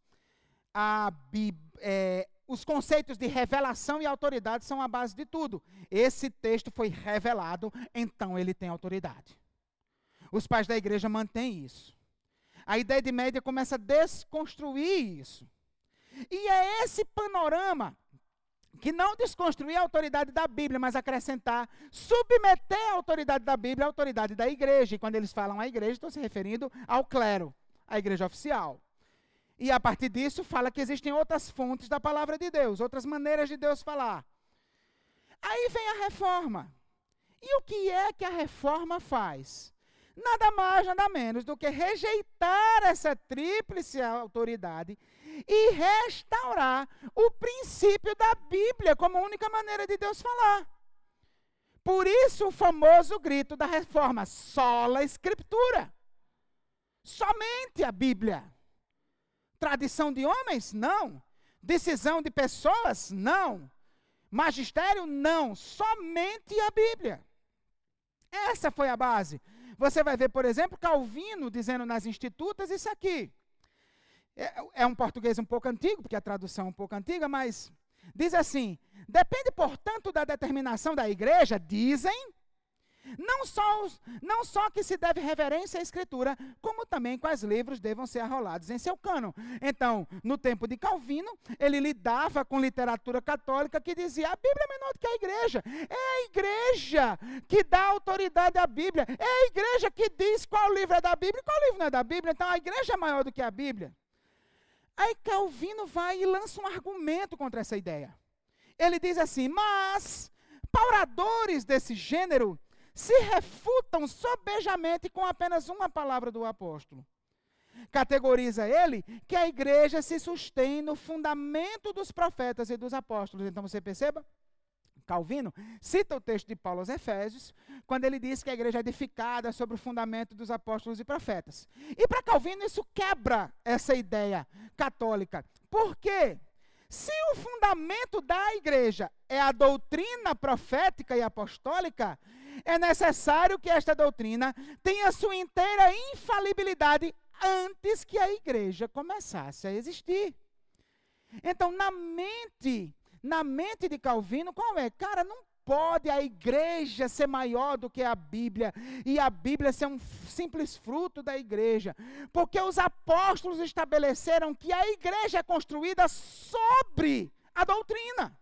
Os conceitos de revelação e autoridade são a base de tudo. Esse texto foi revelado, então ele tem autoridade. Os pais da igreja mantêm isso. A Idade Média começa a desconstruir isso. E é esse panorama que não desconstruir a autoridade da Bíblia, mas acrescentar, submeter a autoridade da Bíblia à autoridade da igreja. E quando eles falam a igreja, estão se referindo ao clero, à igreja oficial. E a partir disso fala que existem outras fontes da palavra de Deus, outras maneiras de Deus falar. Aí vem a reforma. E o que é que a reforma faz? Nada mais, nada menos do que rejeitar essa tríplice autoridade e restaurar o princípio da Bíblia como única maneira de Deus falar. Por isso o famoso grito da reforma, sola escritura. Somente a Bíblia. Tradição de homens? Não. Decisão de pessoas? Não. Magistério? Não. Somente a Bíblia. Essa foi a base. Você vai ver, por exemplo, Calvino dizendo nas Institutas isso aqui. É um português um pouco antigo, porque a tradução é um pouco antiga, mas diz assim: depende, portanto, da determinação da igreja, dizem, Não só que se deve reverência à Escritura, como também quais livros devam ser arrolados em seu cânon. Então, no tempo de Calvino, ele lidava com literatura católica que dizia: a Bíblia é menor do que a igreja. É a igreja que dá autoridade à Bíblia. É a igreja que diz qual livro é da Bíblia e qual livro não é da Bíblia. Então, a igreja é maior do que a Bíblia. Aí Calvino vai e lança um argumento contra essa ideia. Ele diz assim: mas pauradores desse gênero se refutam sobejamente com apenas uma palavra do apóstolo. Categoriza ele que a igreja se sustém no fundamento dos profetas e dos apóstolos. Então você perceba, Calvino cita o texto de Paulo aos Efésios, quando ele diz que a igreja é edificada sobre o fundamento dos apóstolos e profetas. E para Calvino isso quebra essa ideia católica. Por quê? Se o fundamento da igreja é a doutrina profética e apostólica, é necessário que esta doutrina tenha sua inteira infalibilidade antes que a igreja começasse a existir. Então, na mente de Calvino, qual é? Cara, não pode a igreja ser maior do que a Bíblia e a Bíblia ser um simples fruto da igreja, porque os apóstolos estabeleceram que a igreja é construída sobre a doutrina.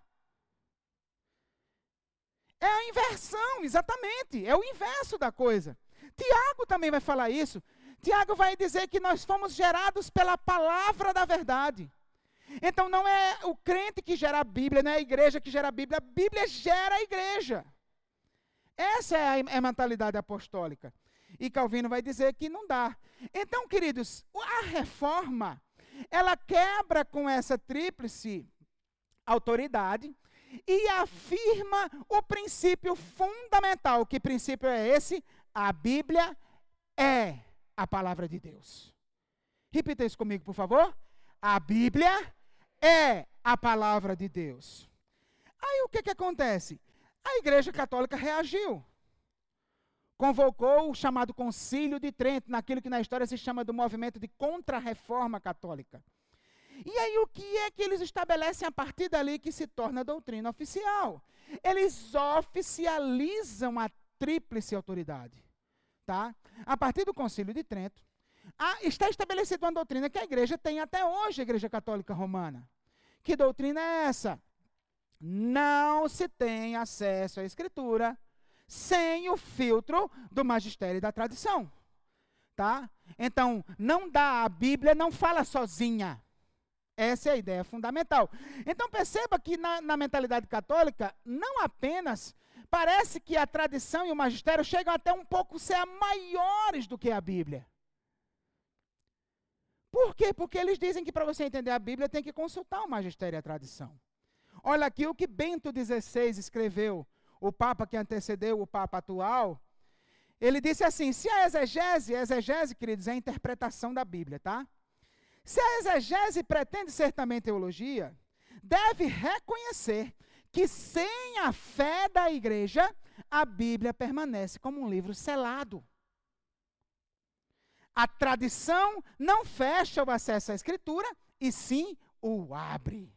É a inversão, exatamente, é o inverso da coisa. Tiago também vai falar isso. Tiago vai dizer que nós fomos gerados pela palavra da verdade. Então não é o crente que gera a Bíblia, não é a igreja que gera a Bíblia gera a igreja. Essa é a mentalidade apostólica. E Calvino vai dizer que não dá. Então, queridos, a reforma, ela quebra com essa tríplice autoridade e afirma o princípio fundamental. Que princípio é esse? A Bíblia é a palavra de Deus. Repita isso comigo, por favor. A Bíblia é a palavra de Deus. Aí o que acontece? A Igreja Católica reagiu. Convocou o chamado Concílio de Trento, naquilo que na história se chama do movimento de contra-reforma católica. E aí o que é que eles estabelecem a partir dali que se torna a doutrina oficial? Eles oficializam a tríplice autoridade. Tá? A partir do Concílio de Trento, está estabelecida uma doutrina que a igreja tem até hoje, a Igreja Católica Romana. Que doutrina é essa? Não se tem acesso à Escritura sem o filtro do magistério e da tradição. Tá? Então, não dá, a Bíblia não fala sozinha. Essa é a ideia fundamental. Então, perceba que na mentalidade católica, não apenas parece que a tradição e o magistério chegam até um pouco a ser maiores do que a Bíblia. Por quê? Porque eles dizem que para você entender a Bíblia tem que consultar o magistério e a tradição. Olha aqui o que Bento XVI escreveu, o Papa que antecedeu o Papa atual. Ele disse assim: se a exegese, queridos, é a interpretação da Bíblia, tá? Se a exegese pretende ser também teologia, deve reconhecer que sem a fé da igreja, a Bíblia permanece como um livro selado. A tradição não fecha o acesso à Escritura, e sim o abre.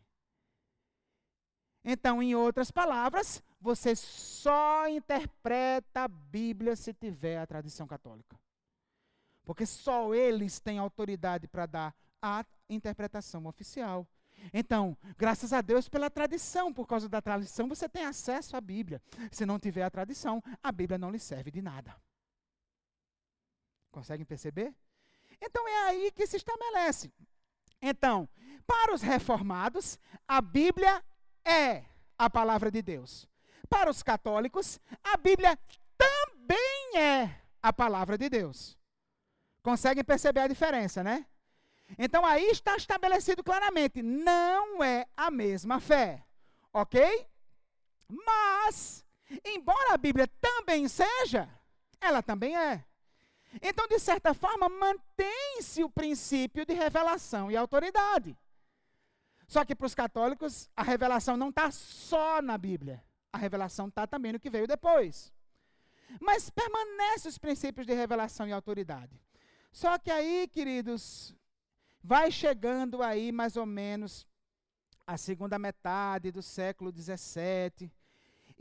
Então, em outras palavras, você só interpreta a Bíblia se tiver a tradição católica. Porque só eles têm autoridade para dar a interpretação oficial. Então, graças a Deus pela tradição, por causa da tradição você tem acesso à Bíblia. Se não tiver a tradição, a Bíblia não lhe serve de nada. Conseguem perceber? Então é aí que se estabelece. Então, para os reformados, a Bíblia é a palavra de Deus. Para os católicos, a Bíblia também é a palavra de Deus. Conseguem perceber a diferença, né? Então aí está estabelecido claramente, não é a mesma fé, ok? Mas, embora a Bíblia também seja, ela também é. Então, de certa forma, mantém-se o princípio de revelação e autoridade. Só que para os católicos, a revelação não está só na Bíblia. A revelação está também no que veio depois. Mas permanecem os princípios de revelação e autoridade. Só que aí, queridos, vai chegando aí mais ou menos a segunda metade do século XVII.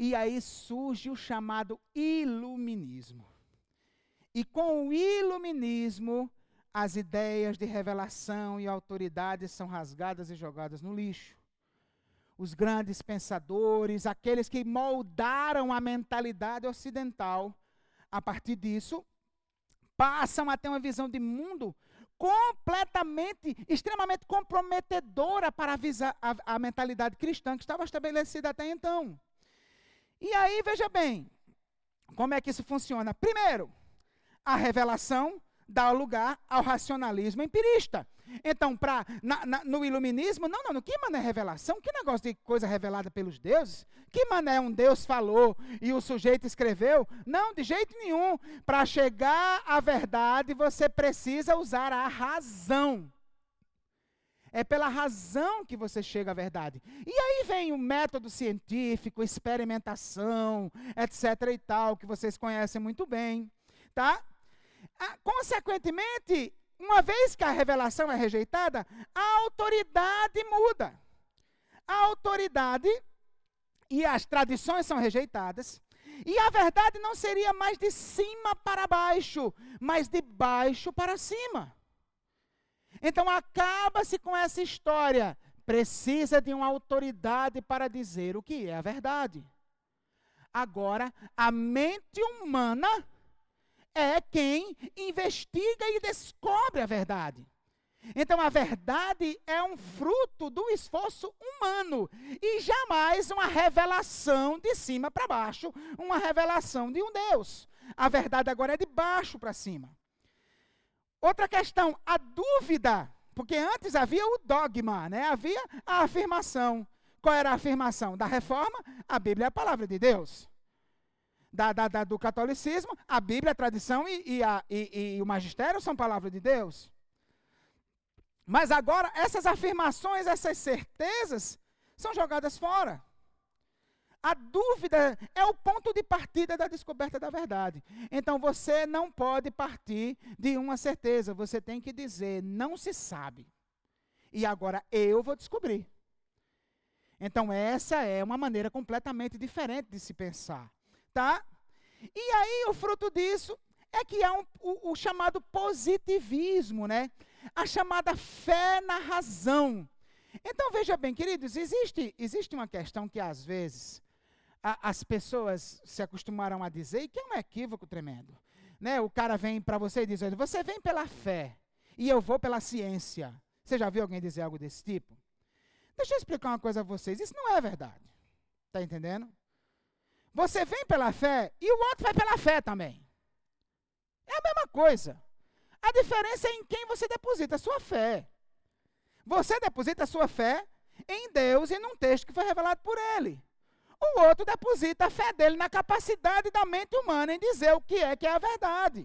E aí surge o chamado iluminismo. E com o iluminismo, as ideias de revelação e autoridade são rasgadas e jogadas no lixo. Os grandes pensadores, aqueles que moldaram a mentalidade ocidental, a partir disso, passam a ter uma visão de mundo completamente, extremamente comprometedora para a mentalidade cristã que estava estabelecida até então. E aí, veja bem, como é que isso funciona? Primeiro, a revelação dá lugar ao racionalismo empirista. Então, no iluminismo, não, que mané é revelação? Que negócio de coisa revelada pelos deuses? Que mané um Deus falou e o sujeito escreveu? Não, de jeito nenhum. Para chegar à verdade, você precisa usar a razão. É pela razão que você chega à verdade. E aí vem o método científico, experimentação, etc. e tal, que vocês conhecem muito bem, tá? Consequentemente, uma vez que a revelação é rejeitada, a autoridade muda. A autoridade e as tradições são rejeitadas. E a verdade não seria mais de cima para baixo, mas de baixo para cima. Então acaba-se com essa história. Precisa de uma autoridade para dizer o que é a verdade. Agora, a mente humana é quem investiga e descobre a verdade. Então, a verdade é um fruto do esforço humano e jamais uma revelação de cima para baixo, uma revelação de um Deus. A verdade agora é de baixo para cima. Outra questão, a dúvida, porque antes havia o dogma, né? Havia a afirmação. Qual era a afirmação? Da reforma, a Bíblia é a palavra de Deus. Do catolicismo, a Bíblia, a tradição e o magistério são palavra de Deus. Mas agora, essas afirmações, essas certezas, são jogadas fora. A dúvida é o ponto de partida da descoberta da verdade. Então, você não pode partir de uma certeza. Você tem que dizer, não se sabe. E agora eu vou descobrir. Então, essa é uma maneira completamente diferente de se pensar. Tá? E aí, o fruto disso é que há o chamado positivismo, né? A chamada fé na razão. Então, veja bem, queridos, existe uma questão que, às vezes, as pessoas se acostumaram a dizer, e que é um equívoco tremendo. Né? O cara vem para você e diz, você vem pela fé, e eu vou pela ciência. Você já viu alguém dizer algo desse tipo? Deixa eu explicar uma coisa a vocês, isso não é verdade. Está entendendo? Você vem pela fé e o outro vai pela fé também. É a mesma coisa. A diferença é em quem você deposita a sua fé. Você deposita a sua fé em Deus e num texto que foi revelado por Ele. O outro deposita a fé dele na capacidade da mente humana em dizer o que é a verdade.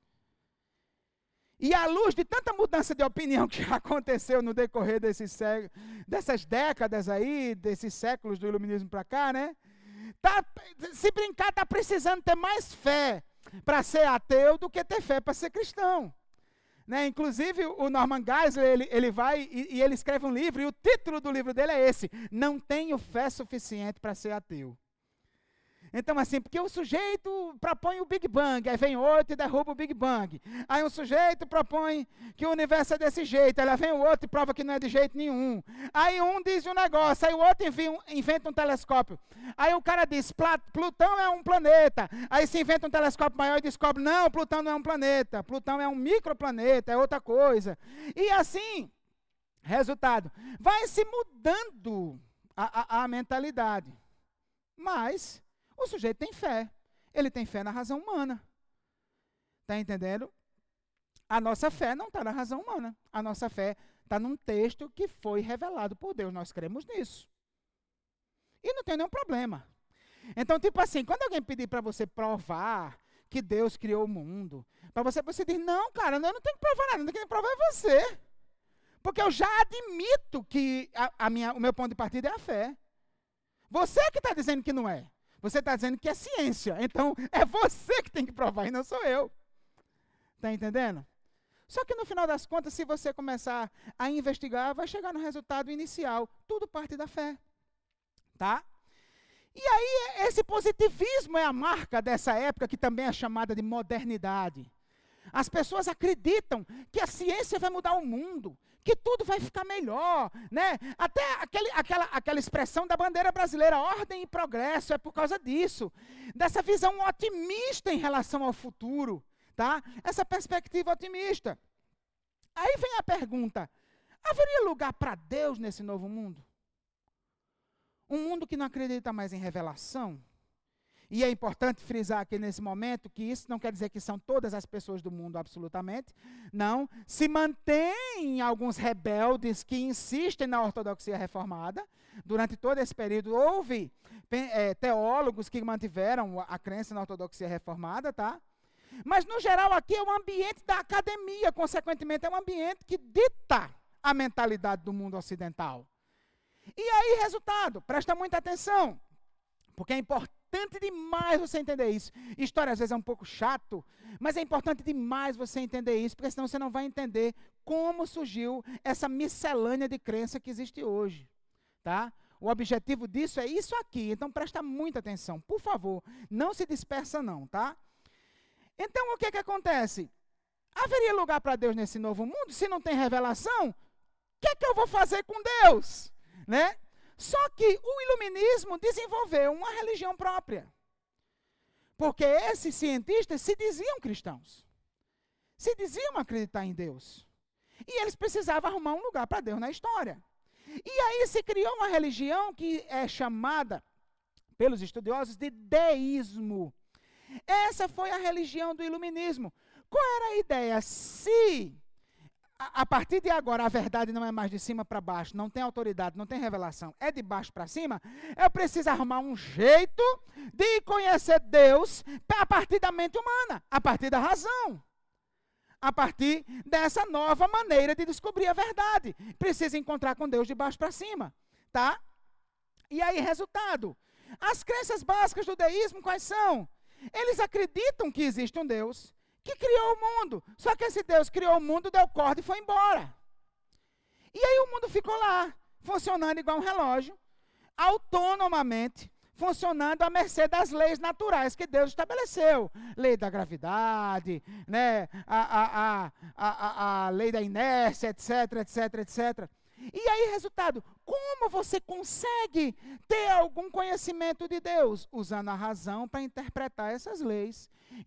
E à luz de tanta mudança de opinião que já aconteceu no decorrer dessas décadas aí, desses séculos do iluminismo para cá, né? Se brincar, está precisando ter mais fé para ser ateu do que ter fé para ser cristão. Né? Inclusive, o Norman Geisler, ele vai e ele escreve um livro, e o título do livro dele é esse, Não Tenho Fé Suficiente para Ser Ateu. Então, assim, porque o sujeito propõe o Big Bang, aí vem outro e derruba o Big Bang. Aí um sujeito propõe que o universo é desse jeito, aí lá vem o outro e prova que não é de jeito nenhum. Aí um diz um negócio, aí o outro inventa um telescópio. Aí o cara diz, Plutão é um planeta. Aí se inventa um telescópio maior e descobre, não, Plutão não é um planeta, Plutão é um microplaneta, é outra coisa. E assim, resultado, vai se mudando a mentalidade. Mas o sujeito tem fé. Ele tem fé na razão humana. Está entendendo? A nossa fé não está na razão humana. A nossa fé está num texto que foi revelado por Deus. Nós cremos nisso. E não tem nenhum problema. Então, tipo assim, quando alguém pedir para você provar que Deus criou o mundo, para você diz, não, cara, eu não tenho que provar nada, quem provar é você. Porque eu já admito que o meu ponto de partida é a fé. Você que está dizendo que não é. Você está dizendo que é ciência. Então, é você que tem que provar e não sou eu. Está entendendo? Só que no final das contas, se você começar a investigar, vai chegar no resultado inicial. Tudo parte da fé. Tá? E aí, esse positivismo é a marca dessa época, que também é chamada de modernidade. As pessoas acreditam que a ciência vai mudar o mundo, que tudo vai ficar melhor, né? Até aquela expressão da bandeira brasileira, ordem e progresso, é por causa disso. Dessa visão otimista em relação ao futuro, tá? Essa perspectiva otimista. Aí vem a pergunta, haveria lugar para Deus nesse novo mundo? Um mundo que não acredita mais em revelação? E é importante frisar aqui nesse momento que isso não quer dizer que são todas as pessoas do mundo, absolutamente. Não. Se mantém alguns rebeldes que insistem na ortodoxia reformada. Durante todo esse período houve teólogos que mantiveram a crença na ortodoxia reformada, tá? Mas, no geral, aqui é o ambiente da academia, consequentemente, é um ambiente que dita a mentalidade do mundo ocidental. E aí, resultado, presta muita atenção, porque é importante demais você entender isso. História às vezes é um pouco chato, mas é importante demais você entender isso, porque senão você não vai entender como surgiu essa miscelânea de crença que existe hoje, tá? O objetivo disso é isso aqui, então presta muita atenção, por favor, não se dispersa não, tá? Então o que acontece? Haveria lugar para Deus nesse novo mundo? Se não tem revelação, o que eu vou fazer com Deus? Né? Só que o iluminismo desenvolveu uma religião própria. Porque esses cientistas se diziam cristãos. Se diziam acreditar em Deus. E eles precisavam arrumar um lugar para Deus na história. E aí se criou uma religião que é chamada, pelos estudiosos, de deísmo. Essa foi a religião do iluminismo. Qual era a ideia? Se a partir de agora a verdade não é mais de cima para baixo, não tem autoridade, não tem revelação, é de baixo para cima, eu preciso arrumar um jeito de conhecer Deus a partir da mente humana, a partir da razão, a partir dessa nova maneira de descobrir a verdade. Preciso encontrar com Deus de baixo para cima, tá? E aí, resultado, as crenças básicas do deísmo quais são? Eles acreditam que existe um Deus que criou o mundo. Só que esse Deus criou o mundo, deu corda e foi embora. E aí o mundo ficou lá, funcionando igual um relógio, autonomamente, funcionando à mercê das leis naturais que Deus estabeleceu. Lei da gravidade, né? a lei da inércia, etc, etc, etc. E aí, resultado, como você consegue ter algum conhecimento de Deus? Usando a razão para interpretar essas leis.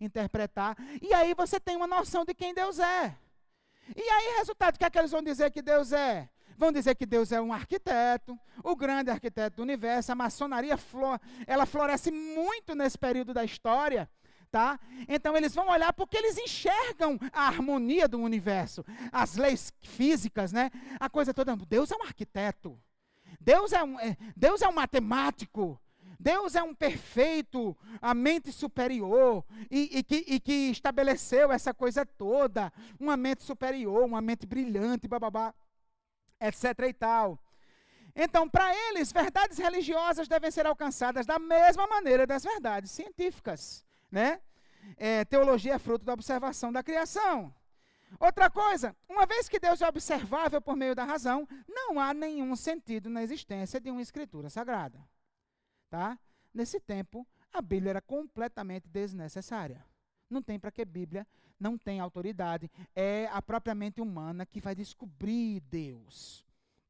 E aí você tem uma noção de quem Deus é. E aí, resultado, o que é que eles vão dizer que Deus é? Vão dizer que Deus é um arquiteto, o grande arquiteto do universo. A maçonaria ela floresce muito nesse período da história. Tá? Então eles vão olhar porque eles enxergam a harmonia do universo, as leis físicas, né? A coisa toda. Deus é um arquiteto, Deus é um matemático, Deus é um perfeito, a mente superior, e que estabeleceu essa coisa toda, uma mente superior, uma mente brilhante, bababá, etc. e tal. Então, para eles, verdades religiosas devem ser alcançadas da mesma maneira das verdades científicas. Né? Teologia é fruto da observação da criação. Outra coisa, uma vez que Deus é observável por meio da razão, não há nenhum sentido na existência de uma escritura sagrada. Tá? Nesse tempo, a Bíblia era completamente desnecessária. Não tem para que Bíblia, não tem autoridade, é a própria mente humana que vai descobrir Deus.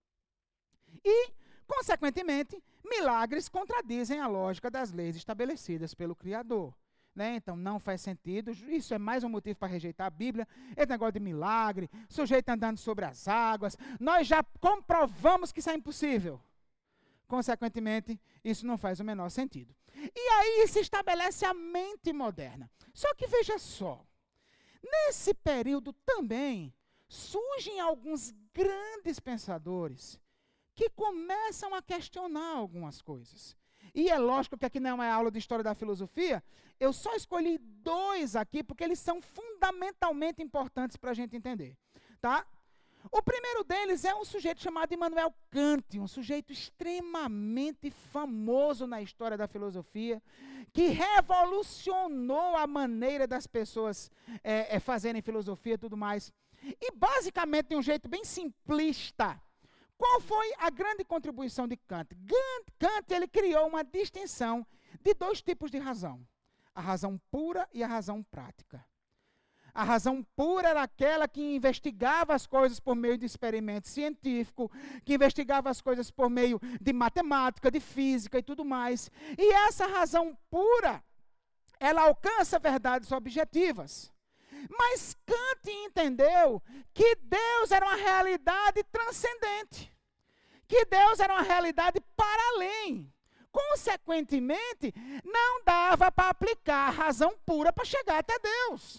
E, consequentemente, milagres contradizem a lógica das leis estabelecidas pelo Criador. Né? Então, não faz sentido. Isso é mais um motivo para rejeitar a Bíblia. Esse negócio de milagre, sujeito andando sobre as águas. Nós já comprovamos que isso é impossível. Consequentemente, isso não faz o menor sentido. E aí se estabelece a mente moderna. Só que veja só, nesse período também surgem alguns grandes pensadores que começam a questionar algumas coisas. E é lógico que aqui não é aula de história da filosofia, eu só escolhi 2 aqui, porque eles são fundamentalmente importantes para a gente entender. Tá? O primeiro deles é um sujeito chamado Immanuel Kant, um sujeito extremamente famoso na história da filosofia, que revolucionou a maneira das pessoas fazerem filosofia e tudo mais. E basicamente, de um jeito bem simplista, Qual foi a grande contribuição de Kant? Kant ele criou uma distinção de dois tipos de razão. A razão pura e a razão prática. A razão pura era aquela que investigava as coisas por meio de experimento científico, que investigava as coisas por meio de matemática, de física e tudo mais. E essa razão pura, ela alcança verdades objetivas. Mas Kant entendeu que Deus era uma realidade transcendente, que Deus era uma realidade para além. Consequentemente, não dava para aplicar a razão pura para chegar até Deus.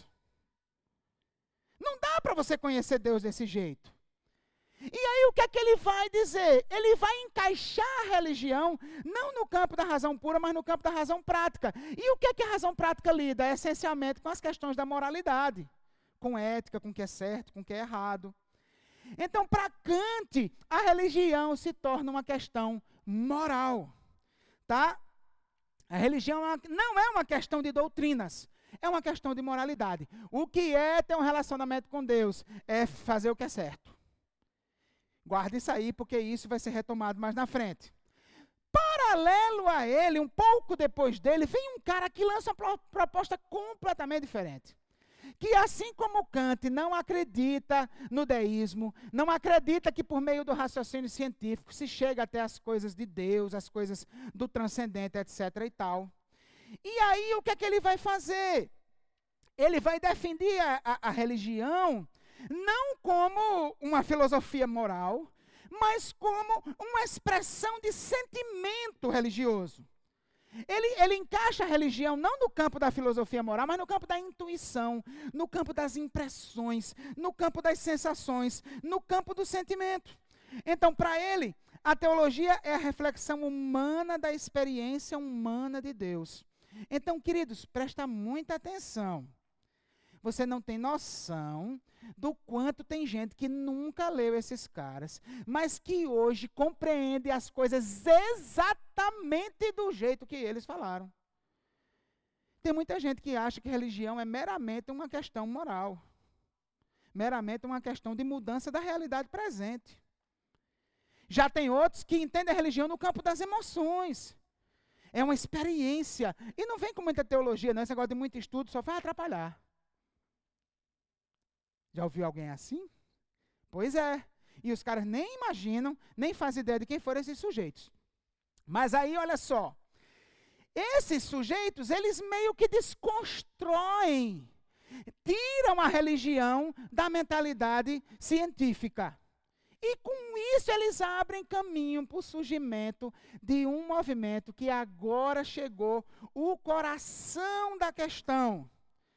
Não dá para você conhecer Deus desse jeito. E aí o que é que ele vai dizer? Ele vai encaixar a religião, não no campo da razão pura, mas no campo da razão prática. E o que é que a razão prática lida? Essencialmente com as questões da moralidade, com ética, com o que é certo, com o que é errado. Então, para Kant, a religião se torna uma questão moral. Tá? A religião não é uma questão de doutrinas, é uma questão de moralidade. O que é ter um relacionamento com Deus? É fazer o que é certo. Guarde isso aí, porque isso vai ser retomado mais na frente. Paralelo a ele, um pouco depois dele, vem um cara que lança uma proposta completamente diferente. Que assim como Kant não acredita no deísmo, não acredita que por meio do raciocínio científico se chega até as coisas de Deus, as coisas do transcendente, etc. e tal. E aí o que é que ele vai fazer? Ele vai defender a religião não como uma filosofia moral, mas como uma expressão de sentimento religioso. Ele encaixa a religião não no campo da filosofia moral, mas no campo da intuição, no campo das impressões, no campo das sensações, no campo do sentimento. Então, para ele, a teologia é a reflexão humana da experiência humana de Deus. Então, queridos, presta muita atenção. Você não tem noção do quanto tem gente que nunca leu esses caras, mas que hoje compreende as coisas exatamente do jeito que eles falaram. Tem muita gente que acha que religião é meramente uma questão moral, meramente uma questão de mudança da realidade presente. Já tem outros que entendem a religião no campo das emoções. É uma experiência. E não vem com muita teologia, não. Esse negócio de muito estudo só vai atrapalhar. Já ouviu alguém assim? Pois é. E os caras nem imaginam, nem fazem ideia de quem foram esses sujeitos. Mas aí, olha só. Esses sujeitos, eles meio que desconstroem, tiram a religião da mentalidade científica. E com isso eles abrem caminho para o surgimento de um movimento que agora chegou o coração da questão.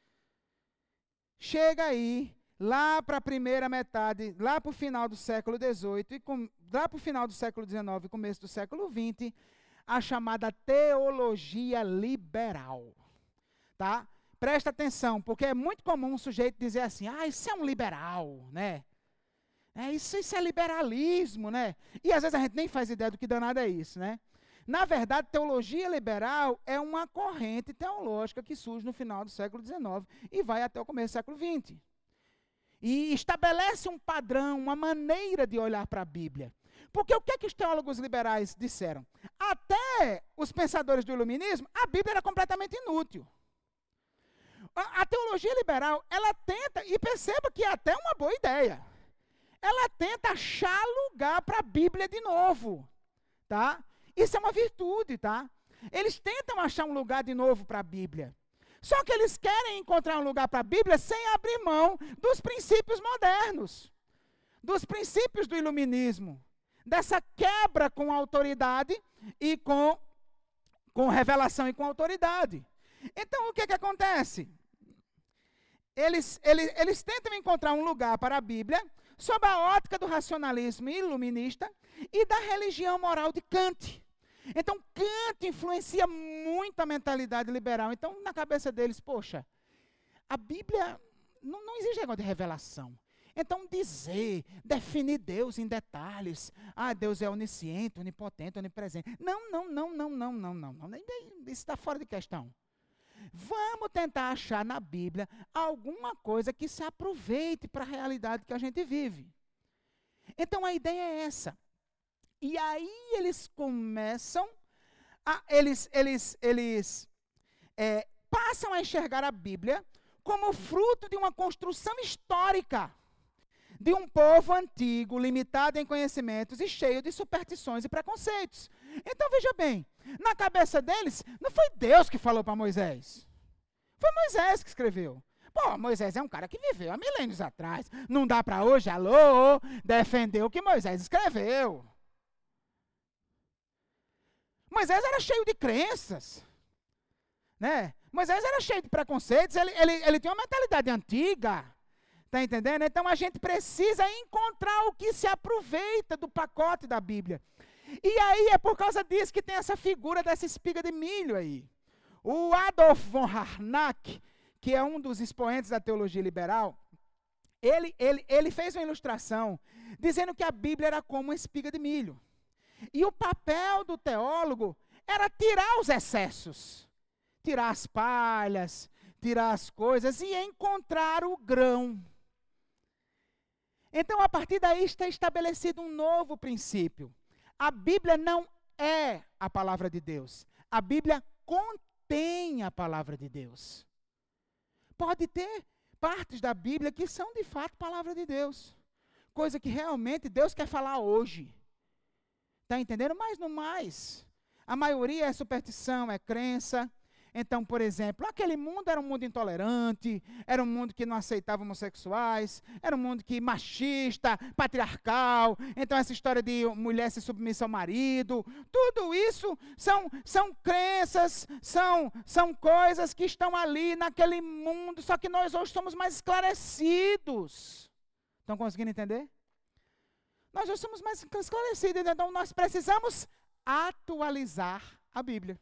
Chega aí, lá para a primeira metade, lá para o final do século XVIII, lá para o final do século XIX e começo do século XX, a chamada teologia liberal. Tá? Presta atenção, porque é muito comum um sujeito dizer assim, isso é um liberal, né? Isso é liberalismo, né? E às vezes a gente nem faz ideia do que danado é isso, né? Na verdade, teologia liberal é uma corrente teológica que surge no final do século XIX e vai até o começo do século XX. E estabelece um padrão, uma maneira de olhar para a Bíblia. Porque o que é que os teólogos liberais disseram? Até os pensadores do iluminismo, a Bíblia era completamente inútil. A teologia liberal, ela tenta, e perceba que é até uma boa ideia, ela tenta achar lugar para a Bíblia de novo, tá? Isso é uma virtude, tá? Eles tentam achar um lugar de novo para a Bíblia. Só que eles querem encontrar um lugar para a Bíblia sem abrir mão dos princípios modernos, dos princípios do iluminismo, dessa quebra com a autoridade e com revelação e com autoridade. Então, o que acontece? Eles tentam encontrar um lugar para a Bíblia sob a ótica do racionalismo iluminista e da religião moral de Kant. Então, Kant influencia muito a mentalidade liberal. Então, na cabeça deles, poxa, a Bíblia não existe negócio de revelação. Então, definir Deus em detalhes. Deus é onisciente, onipotente, onipresente. Não. Isso está fora de questão. Vamos tentar achar na Bíblia alguma coisa que se aproveite para a realidade que a gente vive. Então, a ideia é essa. E aí eles começam, passam a enxergar a Bíblia como fruto de uma construção histórica de um povo antigo, limitado em conhecimentos e cheio de superstições e preconceitos. Então veja bem, na cabeça deles, não foi Deus que falou para Moisés. Foi Moisés que escreveu. Pô, Moisés é um cara que viveu há milênios atrás. Não dá para hoje, alô, defender o que Moisés escreveu. Moisés era cheio de crenças, né? Moisés era cheio de preconceitos, ele tinha uma mentalidade antiga, tá entendendo? Então a gente precisa encontrar o que se aproveita do pacote da Bíblia. E aí é por causa disso que tem essa figura dessa espiga de milho aí. O Adolf von Harnack, que é um dos expoentes da teologia liberal, ele fez uma ilustração dizendo que a Bíblia era como uma espiga de milho. E o papel do teólogo era tirar os excessos, tirar as palhas, tirar as coisas e encontrar o grão. Então, a partir daí está estabelecido um novo princípio. A Bíblia não é a palavra de Deus. A Bíblia contém a palavra de Deus. Pode ter partes da Bíblia que são de fato palavra de Deus. Coisa que realmente Deus quer falar hoje. Está entendendo? Mas no mais, a maioria é superstição, é crença. Então, por exemplo, aquele mundo era um mundo intolerante, era um mundo que não aceitava homossexuais, era um mundo que machista, patriarcal. Então, essa história de mulher se submissa ao marido, tudo isso são crenças, são coisas que estão ali naquele mundo, só que nós hoje somos mais esclarecidos. Estão conseguindo entender? Nós hoje somos mais esclarecidos, então nós precisamos atualizar a Bíblia.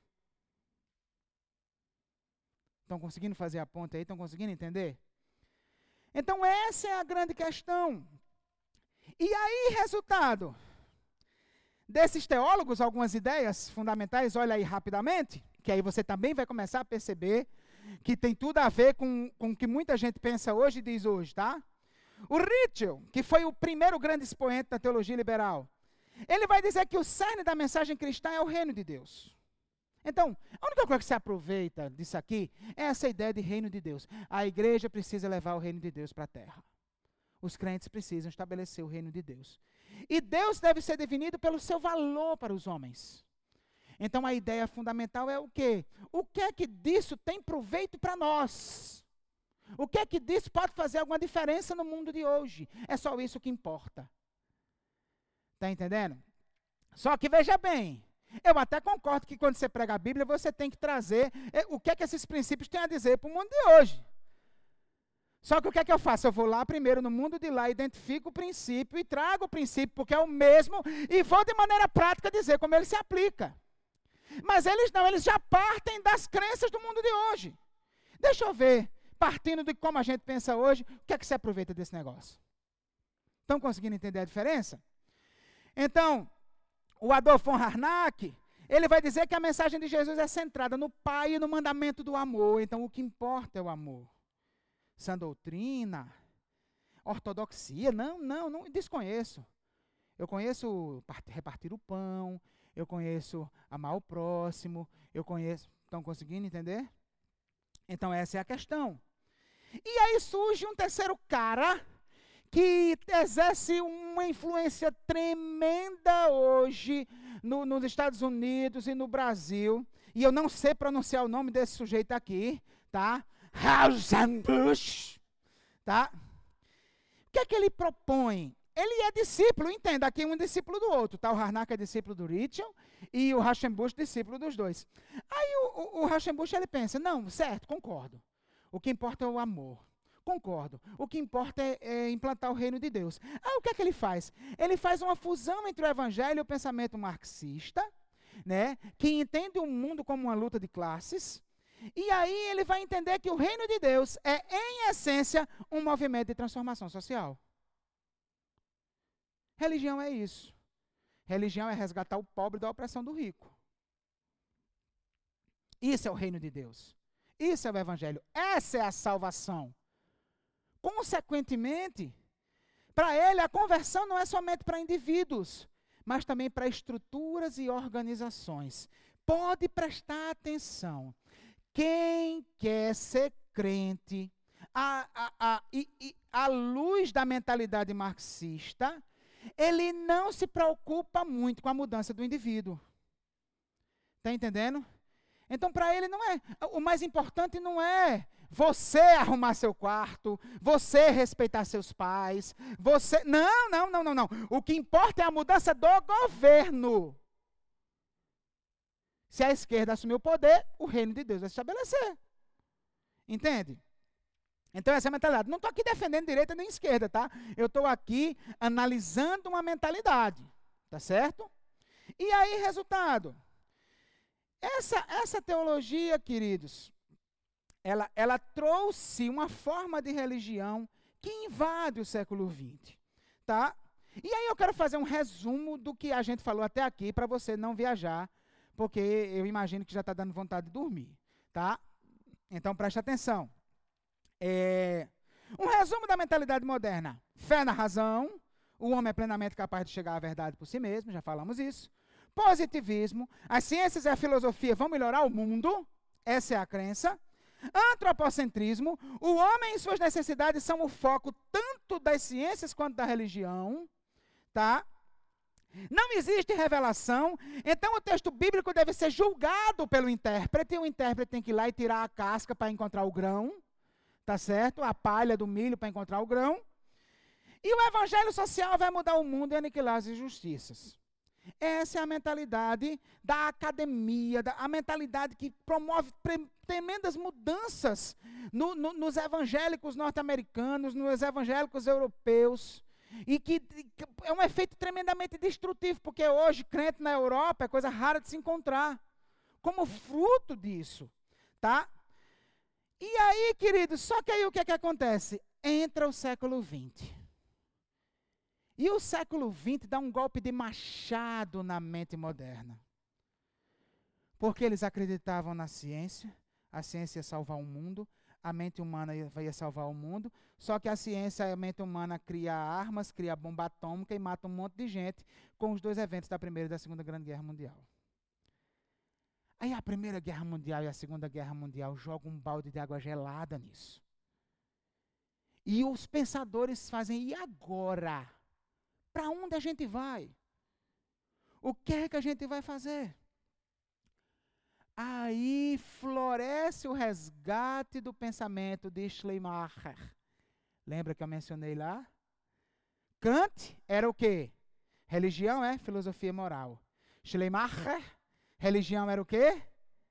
Estão conseguindo fazer a ponta aí? Estão conseguindo entender? Então essa é a grande questão. E aí, resultado desses teólogos, algumas ideias fundamentais, olha aí rapidamente, que aí você também vai começar a perceber que tem tudo a ver com o que muita gente pensa hoje e diz hoje, tá? O Ritschl, que foi o primeiro grande expoente da teologia liberal, ele vai dizer que o cerne da mensagem cristã é o reino de Deus. Então, a única coisa que se aproveita disso aqui é essa ideia de reino de Deus. A igreja precisa levar o reino de Deus para a terra. Os crentes precisam estabelecer o reino de Deus. E Deus deve ser definido pelo seu valor para os homens. Então, a ideia fundamental é o quê? O que é que disso tem proveito para nós? O que é que disso pode fazer alguma diferença no mundo de hoje? É só isso que importa. Está entendendo? Só que veja bem, eu até concordo que quando você prega a Bíblia, você tem que trazer o que é que esses princípios têm a dizer para o mundo de hoje. Só que o que é que eu faço? Eu vou lá primeiro no mundo de lá, identifico o princípio e trago o princípio, porque é o mesmo, e vou de maneira prática dizer como ele se aplica. Mas eles não, eles já partem das crenças do mundo de hoje. Deixa eu ver, partindo de como a gente pensa hoje, o que é que se aproveita desse negócio? Estão conseguindo entender a diferença? Então, o Adolf von Harnack, ele vai dizer que a mensagem de Jesus é centrada no Pai e no mandamento do amor. Então, o que importa é o amor. Sã doutrina, ortodoxia, não desconheço. Eu conheço repartir o pão, eu conheço amar o próximo, eu conheço... Estão conseguindo entender? Então, essa é a questão. E aí surge um terceiro cara que exerce uma influência tremenda hoje nos Estados Unidos e no Brasil. E eu não sei pronunciar o nome desse sujeito aqui, tá? Rauschenbusch, tá? O que é que ele propõe? Ele é discípulo, entenda, aqui um discípulo do outro, tá? O Harnack é discípulo do Ritschl e o Rauschenbusch discípulo dos dois. Aí o Rauschenbusch, ele pensa, não, certo, concordo. O que importa é o amor. Concordo. O que importa é implantar o reino de Deus. Aí o que é que ele faz? Ele faz uma fusão entre o evangelho e o pensamento marxista, né, que entende o mundo como uma luta de classes, e aí ele vai entender que o reino de Deus é, em essência, um movimento de transformação social. Religião é isso. Religião é resgatar o pobre da opressão do rico. Isso é o reino de Deus. Isso é o evangelho. Essa é a salvação. Consequentemente, para ele, a conversão não é somente para indivíduos, mas também para estruturas e organizações. Pode prestar atenção. Quem quer ser crente, à luz da mentalidade marxista, ele não se preocupa muito com a mudança do indivíduo. Está entendendo? Então, para ele, não é. O mais importante não é você arrumar seu quarto, você respeitar seus pais, você. Não. O que importa é a mudança do governo. Se a esquerda assumir o poder, o reino de Deus vai se estabelecer. Entende? Então, essa é a mentalidade. Não estou aqui defendendo direita nem esquerda, tá? Eu estou aqui analisando uma mentalidade. Tá certo? E aí, resultado. Essa teologia, queridos, ela trouxe uma forma de religião que invade o século XX. Tá? E aí eu quero fazer um resumo do que a gente falou até aqui, para você não viajar, porque eu imagino que já está dando vontade de dormir. Tá? Então, preste atenção. Um resumo da mentalidade moderna. Fé na razão. O homem é plenamente capaz de chegar à verdade por si mesmo, já falamos isso. Positivismo. As ciências e a filosofia vão melhorar o mundo. Essa é a crença. Antropocentrismo. O homem e suas necessidades são o foco tanto das ciências quanto da religião. Tá? Não existe revelação, então o texto bíblico deve ser julgado pelo intérprete, e o intérprete tem que ir lá e tirar a casca para encontrar o grão, tá certo? A palha do milho para encontrar o grão. E o evangelho social vai mudar o mundo e aniquilar as injustiças. Essa é a mentalidade da academia, a mentalidade que promove tremendas mudanças nos evangélicos norte-americanos, nos evangélicos europeus. E que é um efeito tremendamente destrutivo, porque hoje crente na Europa é coisa rara de se encontrar, como fruto disso, tá? E aí, queridos, só que aí o que é que acontece? Entra o século XX. E o século XX dá um golpe de machado na mente moderna. Porque eles acreditavam na ciência, a ciência ia salvar o mundo, a mente humana ia salvar o mundo, só que a ciência, a mente humana cria armas, cria bomba atômica e mata um monte de gente com os dois eventos da Primeira e da Segunda Grande Guerra Mundial. Aí a Primeira Guerra Mundial e a Segunda Guerra Mundial jogam um balde de água gelada nisso. E os pensadores fazem, e agora? Para onde a gente vai? O que é que a gente vai fazer? Aí floresce o resgate do pensamento de Schleiermacher. Lembra que eu mencionei lá? Kant era o quê? Religião é filosofia moral. Schleiermacher, religião era o quê?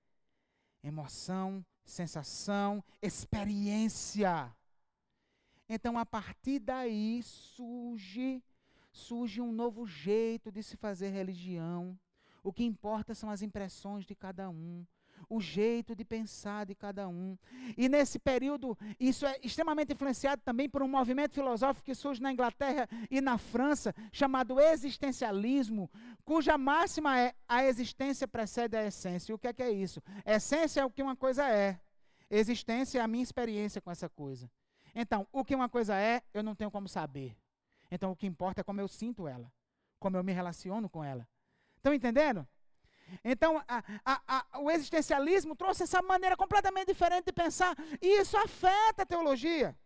Emoção, sensação, experiência. Então, a partir daí surge um novo jeito de se fazer religião. O que importa são as impressões de cada um, o jeito de pensar de cada um. E nesse período, isso é extremamente influenciado também por um movimento filosófico que surge na Inglaterra e na França, chamado existencialismo, cuja máxima é: a existência precede a essência. E o que é isso? A essência é o que uma coisa é. Existência é a minha experiência com essa coisa. Então, o que uma coisa é, eu não tenho como saber. Então, o que importa é como eu sinto ela, como eu me relaciono com ela. Estão entendendo? Então, o existencialismo trouxe essa maneira completamente diferente de pensar, e isso afeta a teologia.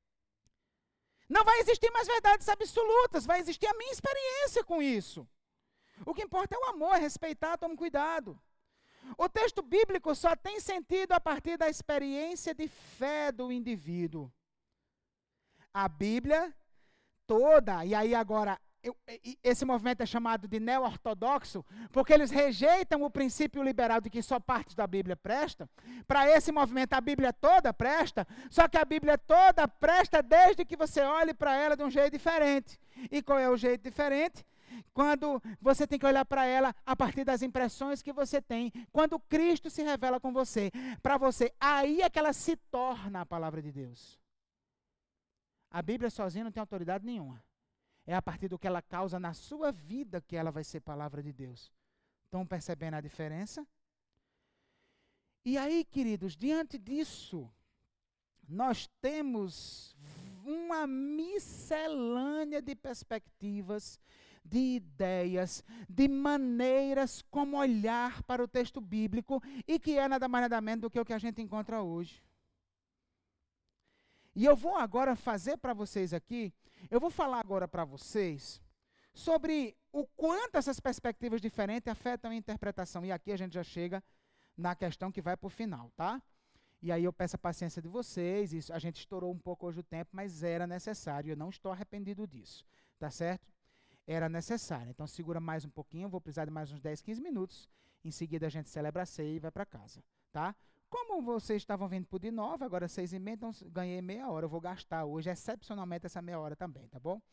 Não vai existir mais verdades absolutas, vai existir a minha experiência com isso. O que importa é o amor, é respeitar, tome cuidado. O texto bíblico só tem sentido a partir da experiência de fé do indivíduo. A Bíblia toda, e aí agora, esse movimento é chamado de neo-ortodoxo, porque eles rejeitam o princípio liberal de que só parte da Bíblia presta. Para esse movimento, a Bíblia toda presta, só que a Bíblia toda presta desde que você olhe para ela de um jeito diferente. E qual é o jeito diferente? Quando você tem que olhar para ela a partir das impressões que você tem, quando Cristo se revela com você, para você, aí é que ela se torna a palavra de Deus. A Bíblia sozinha não tem autoridade nenhuma. É a partir do que ela causa na sua vida que ela vai ser palavra de Deus. Estão percebendo a diferença? E aí, queridos, diante disso, nós temos uma miscelânea de perspectivas de ideias, de maneiras como olhar para o texto bíblico, e que é nada mais nada menos do que o que a gente encontra hoje. E eu vou agora fazer para vocês aqui, eu vou falar agora para vocês sobre o quanto essas perspectivas diferentes afetam a interpretação. E aqui a gente já chega na questão que vai para o final, tá? E aí eu peço a paciência de vocês, isso, a gente estourou um pouco hoje o tempo, mas era necessário, eu não estou arrependido disso, tá certo? Era necessário, então segura mais um pouquinho, vou precisar de mais uns 10, 15 minutos, em seguida a gente celebra a ceia e vai para casa, tá? Como vocês estavam vindo por de 9, agora 6h30, então ganhei meia hora, eu vou gastar hoje, excepcionalmente, essa meia hora também, tá bom?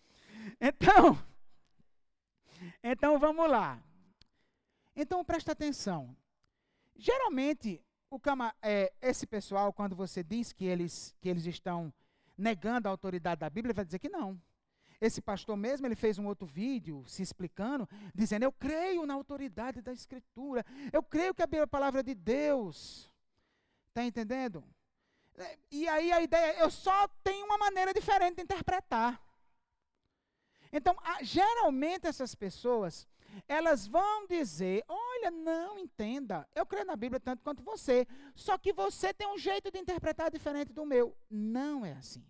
Então vamos lá. Então presta atenção. Geralmente, esse pessoal, quando você diz que eles estão negando a autoridade da Bíblia, vai dizer que não. Esse pastor mesmo, ele fez um outro vídeo se explicando, dizendo, eu creio na autoridade da Escritura, eu creio que a Bíblia é a palavra de Deus. Está entendendo? E aí a ideia, eu só tenho uma maneira diferente de interpretar. Então, geralmente essas pessoas, elas vão dizer, olha, não, entenda, eu creio na Bíblia tanto quanto você, só que você tem um jeito de interpretar diferente do meu. Não é assim.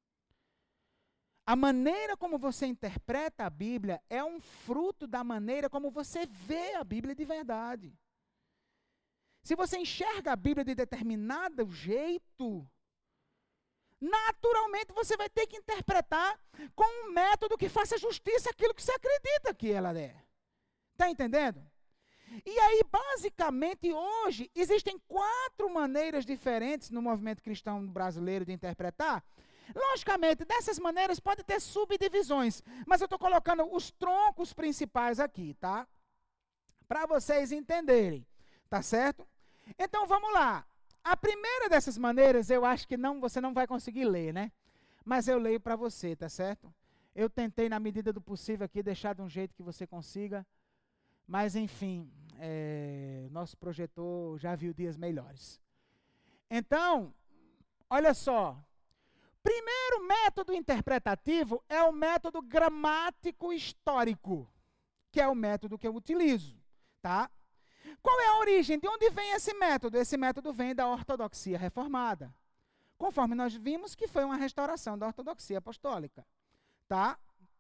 A maneira como você interpreta a Bíblia é um fruto da maneira como você vê a Bíblia de verdade. Se você enxerga a Bíblia de determinado jeito, naturalmente você vai ter que interpretar com um método que faça justiça àquilo que você acredita que ela é. Está entendendo? E aí, basicamente, hoje, existem 4 maneiras diferentes no movimento cristão brasileiro de interpretar. Logicamente, dessas maneiras pode ter subdivisões, mas eu estou colocando os troncos principais aqui, tá? Para vocês entenderem, tá certo? Então, vamos lá. A primeira dessas maneiras, eu acho que você não vai conseguir ler, né? Mas eu leio para você, tá certo? Eu tentei, na medida do possível aqui, deixar de um jeito que você consiga, mas, enfim, nosso projetor já viu dias melhores. Então, olha só. Primeiro método interpretativo é o método gramático histórico, que é o método que eu utilizo, tá? Qual é a origem? De onde vem esse método? Esse método vem da ortodoxia reformada, conforme nós vimos que foi uma restauração da ortodoxia apostólica, tá?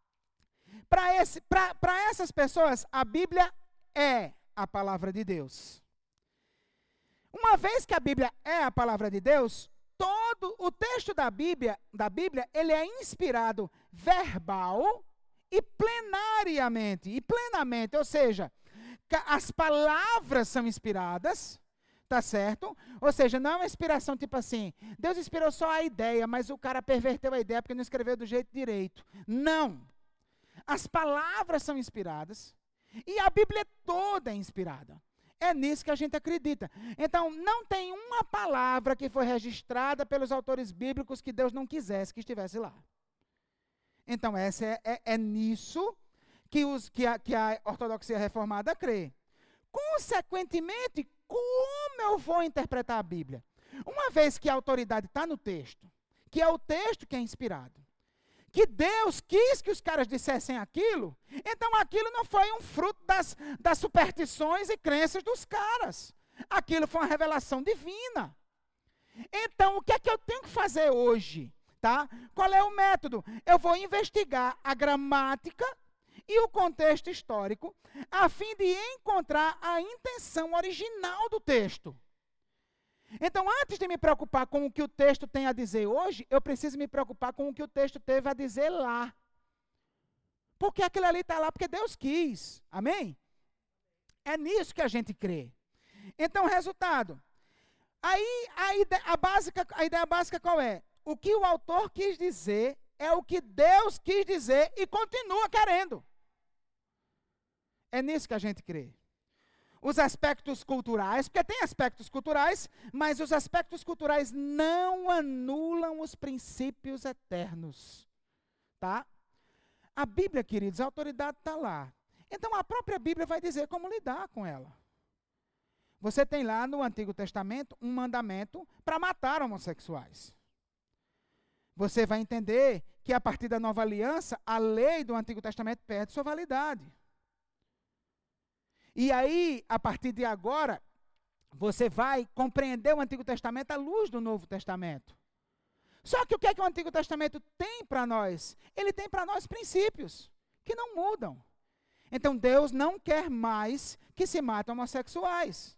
Para essas pessoas, a Bíblia é a palavra de Deus. Uma vez que a Bíblia é a palavra de Deus, todo o texto da Bíblia, ele é inspirado verbal e plenariamente, e plenamente, ou seja, as palavras são inspiradas, tá certo? Ou seja, não é uma inspiração tipo assim, Deus inspirou só a ideia, mas o cara perverteu a ideia porque não escreveu do jeito direito. Não. As palavras são inspiradas e a Bíblia toda é inspirada. É nisso que a gente acredita. Então, não tem uma palavra que foi registrada pelos autores bíblicos que Deus não quisesse que estivesse lá. Então, é nisso que a ortodoxia reformada crê. Consequentemente, como eu vou interpretar a Bíblia? Uma vez que a autoridade está no texto, que é o texto que é inspirado, que Deus quis que os caras dissessem aquilo, então aquilo não foi um fruto das superstições e crenças dos caras. Aquilo foi uma revelação divina. Então, o que é que eu tenho que fazer hoje? Tá? Qual é o método? Eu vou investigar a gramática e o contexto histórico, a fim de encontrar a intenção original do texto. Então, antes de me preocupar com o que o texto tem a dizer hoje, eu preciso me preocupar com o que o texto teve a dizer lá. Porque aquilo ali está lá porque Deus quis. Amém? É nisso que a gente crê. Então, resultado. Aí, a ideia básica qual é? O que o autor quis dizer é o que Deus quis dizer e continua querendo. É nisso que a gente crê. Os aspectos culturais, porque tem aspectos culturais, mas os aspectos culturais não anulam os princípios eternos. Tá? A Bíblia, queridos, a autoridade está lá. Então a própria Bíblia vai dizer como lidar com ela. Você tem lá no Antigo Testamento um mandamento para matar homossexuais. você vai entender que a partir da nova aliança, a lei do Antigo Testamento perde sua validade. E aí, a partir de agora, você vai compreender o Antigo Testamento à luz do Novo Testamento. Só que o que é que o Antigo Testamento tem para nós? Ele tem para nós princípios que não mudam. Então, Deus não quer mais que se matem homossexuais.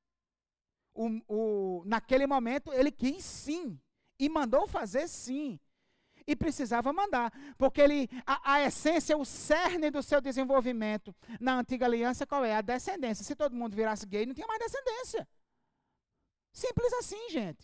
Naquele momento, ele quis sim, e mandou fazer sim. E precisava mandar, porque a essência, o cerne do seu desenvolvimento na antiga aliança, qual é? A descendência. Se todo mundo virasse gay, não tinha mais descendência. Simples assim, gente.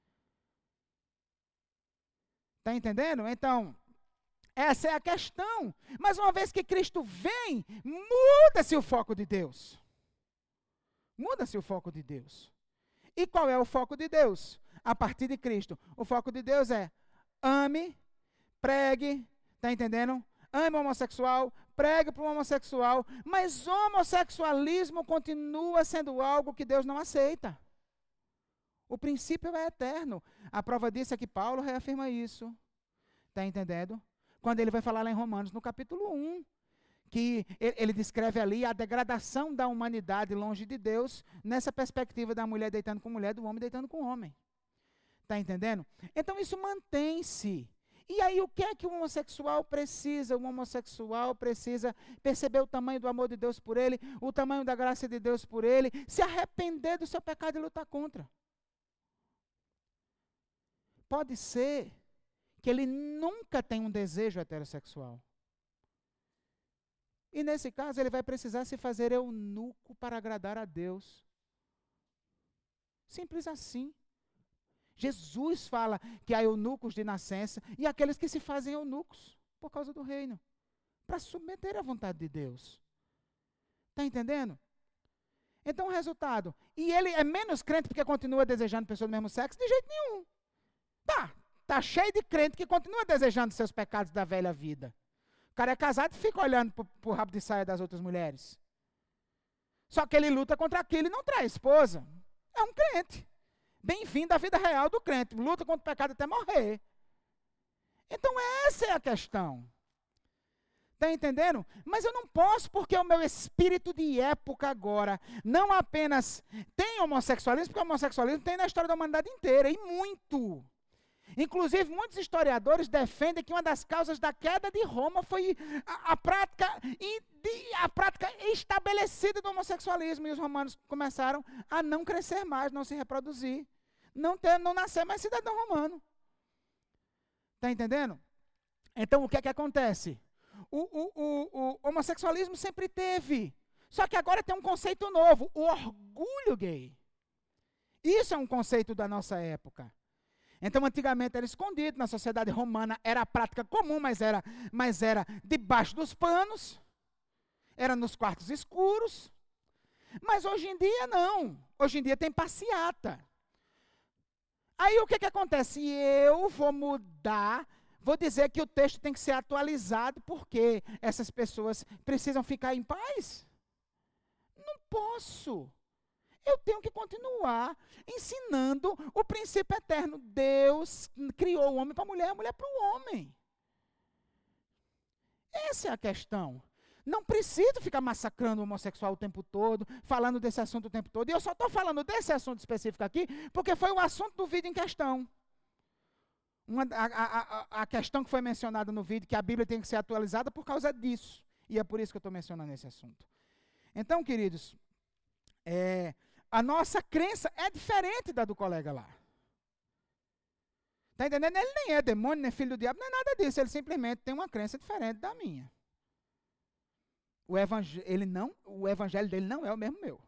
Está entendendo? Então, essa é a questão. Mas uma vez que Cristo vem, muda-se o foco de Deus. Muda-se o foco de Deus. E qual é o foco de Deus? A partir de Cristo. O foco de Deus é ame, pregue, está entendendo? Ame o homossexual, pregue para o homossexual, mas o homossexualismo continua sendo algo que Deus não aceita. O princípio é eterno. A prova disso é que Paulo reafirma isso. Está entendendo? Quando ele vai falar lá em Romanos, no capítulo 1, que ele descreve ali a degradação da humanidade longe de Deus, nessa perspectiva da mulher deitando com mulher, do homem deitando com homem. Está entendendo? Então isso mantém-se. E aí o que é que o homossexual precisa? O homossexual precisa perceber o tamanho do amor de Deus por ele, o tamanho da graça de Deus por ele, se arrepender do seu pecado e lutar contra. Pode ser que ele nunca tenha um desejo heterossexual. E nesse caso ele vai precisar se fazer eunuco para agradar a Deus. Simples assim. Jesus fala que há eunucos de nascença e aqueles que se fazem eunucos por causa do reino, para submeter à vontade de Deus. Está entendendo? Então o resultado, e ele é menos crente porque continua desejando pessoas do mesmo sexo? De jeito nenhum. Tá cheio de crente que continua desejando seus pecados da velha vida. O cara é casado e fica olhando para o rabo de saia das outras mulheres. Só que ele luta contra aquilo e não trai esposa. É um crente. Bem-vindo à vida real do crente. Luta contra o pecado até morrer. Então essa é a questão. Está entendendo? Mas eu não posso, porque o meu espírito de época agora não apenas tem homossexualismo, porque o homossexualismo tem na história da humanidade inteira, e muito. Inclusive, muitos historiadores defendem que uma das causas da queda de Roma foi a prática estabelecida do homossexualismo. E os romanos começaram a não crescer mais, não se reproduzir, não nascer mais cidadão romano. Está entendendo? Então, o que é que acontece? O homossexualismo sempre teve. Só que agora tem um conceito novo, o orgulho gay. Isso é um conceito da nossa época. Então, antigamente era escondido, na sociedade romana era a prática comum, mas era debaixo dos panos, era nos quartos escuros. Mas hoje em dia não, hoje em dia tem passeata. Aí o que acontece? Eu vou mudar, vou dizer que o texto tem que ser atualizado, porque essas pessoas precisam ficar em paz? Não posso. Eu tenho que continuar ensinando o princípio eterno. Deus criou o homem para a mulher para o homem. Essa é a questão. Não preciso ficar massacrando o homossexual o tempo todo, falando desse assunto o tempo todo. E eu só estou falando desse assunto específico aqui, porque foi o assunto do vídeo em questão. A questão que foi mencionada no vídeo, que a Bíblia tem que ser atualizada por causa disso. E é por isso que eu estou mencionando esse assunto. Então, queridos, a nossa crença é diferente da do colega lá. Está entendendo? Ele nem é demônio, nem filho do diabo, não é nada disso. Ele simplesmente tem uma crença diferente da minha. O evangelho dele não é o mesmo meu.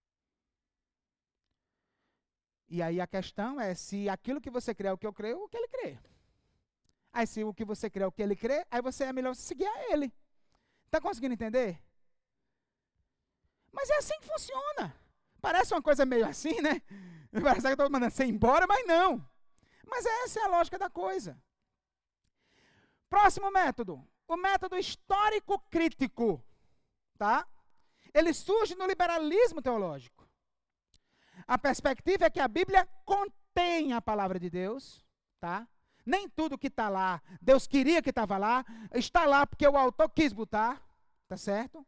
E aí a questão é se aquilo que você crê é o que eu creio, o que ele crê. Aí se o que você crê é o que ele crê, aí é melhor você seguir a ele. Está conseguindo entender? Mas é assim que funciona. Parece uma coisa meio assim, né? Parece que eu estou mandando você embora, mas não. Mas essa é a lógica da coisa. Próximo método. O método histórico crítico. Tá? Ele surge no liberalismo teológico. A perspectiva é que a Bíblia contém a palavra de Deus. Tá? nem tudo que está lá, Deus queria que estava lá, está lá porque o autor quis botar, tá certo?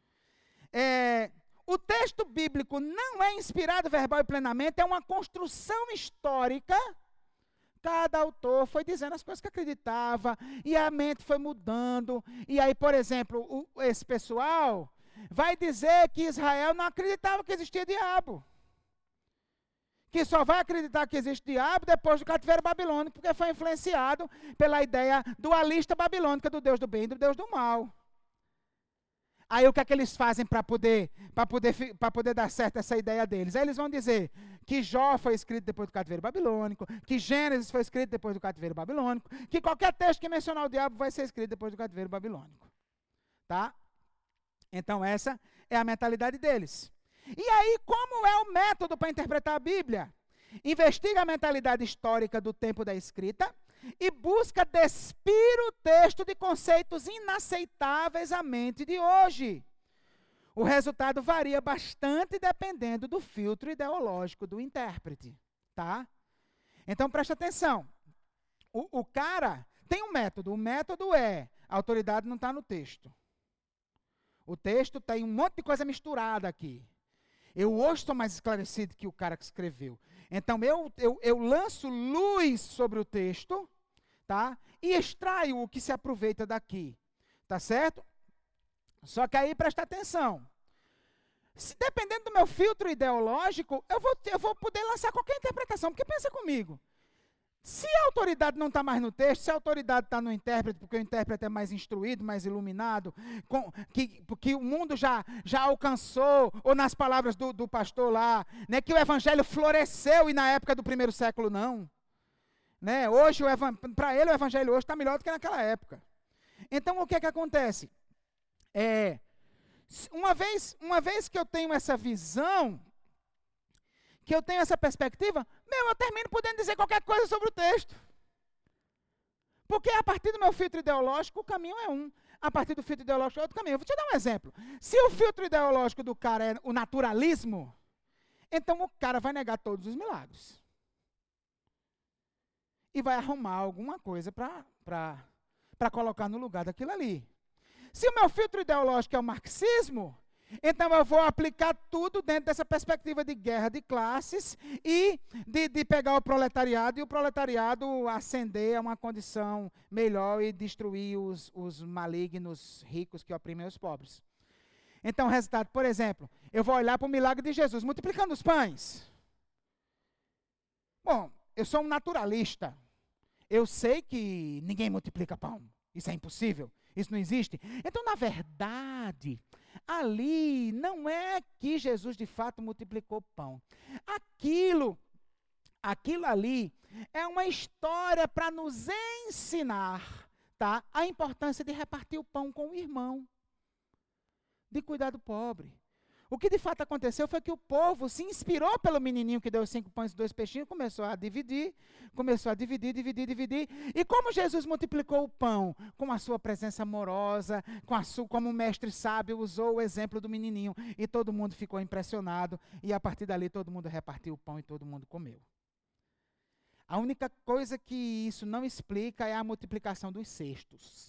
O texto bíblico não é inspirado verbal e plenamente, é uma construção histórica. Cada autor foi dizendo as coisas que acreditava, e a mente foi mudando. E aí, por exemplo, esse pessoal vai dizer que Israel não acreditava que existia diabo. Que só vai acreditar que existe diabo depois do cativeiro babilônico, porque foi influenciado pela ideia dualista babilônica do Deus do bem e do Deus do mal. Aí o que é que eles fazem para poder dar certo essa ideia deles? Aí eles vão dizer que Jó foi escrito depois do cativeiro babilônico, que Gênesis foi escrito depois do cativeiro babilônico, que qualquer texto que mencionar o diabo vai ser escrito depois do cativeiro babilônico. Tá? Então essa é a mentalidade deles. E aí, como é o método para interpretar a Bíblia? Investiga a mentalidade histórica do tempo da escrita e busca despir o texto de conceitos inaceitáveis à mente de hoje. O resultado varia bastante dependendo do filtro ideológico do intérprete, tá? Então, preste atenção. O cara tem um método. O método é, a autoridade não está no texto. O texto tem um monte de coisa misturada aqui. Eu hoje estou mais esclarecido que o cara que escreveu. Então, eu lanço luz sobre o texto, tá? E extraio o que se aproveita daqui, tá certo? Só que aí, presta atenção. Dependendo do meu filtro ideológico, eu vou poder lançar qualquer interpretação, porque pensa comigo. Se a autoridade não está mais no texto, se a autoridade está no intérprete, porque o intérprete é mais instruído, mais iluminado, porque o mundo já alcançou, ou nas palavras do pastor lá, né, que o evangelho floresceu e na época do primeiro século não. Né, hoje, para ele, o evangelho hoje está melhor do que naquela época. Então, o que é que acontece? Uma vez que eu tenho essa visão, que eu tenho essa perspectiva, eu termino podendo dizer qualquer coisa sobre o texto. Porque a partir do meu filtro ideológico, o caminho é um. A partir do filtro ideológico é outro caminho. Eu vou te dar um exemplo. Se o filtro ideológico do cara é o naturalismo, então o cara vai negar todos os milagres. E vai arrumar alguma coisa para colocar no lugar daquilo ali. Se o meu filtro ideológico é o marxismo, então eu vou aplicar tudo dentro dessa perspectiva de guerra de classes e de pegar o proletariado e o proletariado ascender a uma condição melhor e destruir os malignos ricos que oprimem os pobres. Então, o resultado, por exemplo, eu vou olhar para o milagre de Jesus, multiplicando os pães. Bom, eu sou um naturalista. Eu sei que ninguém multiplica pão. Isso é impossível. Isso não existe. Então, na verdade, ali não é que Jesus de fato multiplicou pão. Aquilo ali é uma história para nos ensinar, tá, a importância de repartir o pão com o irmão, de cuidar do pobre. O que de fato aconteceu foi que o povo se inspirou pelo menininho que deu 5 pães e 2 peixinhos, começou a dividir. E como Jesus multiplicou o pão? Com a sua presença amorosa, como o mestre sábio usou o exemplo do menininho. E todo mundo ficou impressionado. E a partir dali todo mundo repartiu o pão e todo mundo comeu. A única coisa que isso não explica é a multiplicação dos cestos.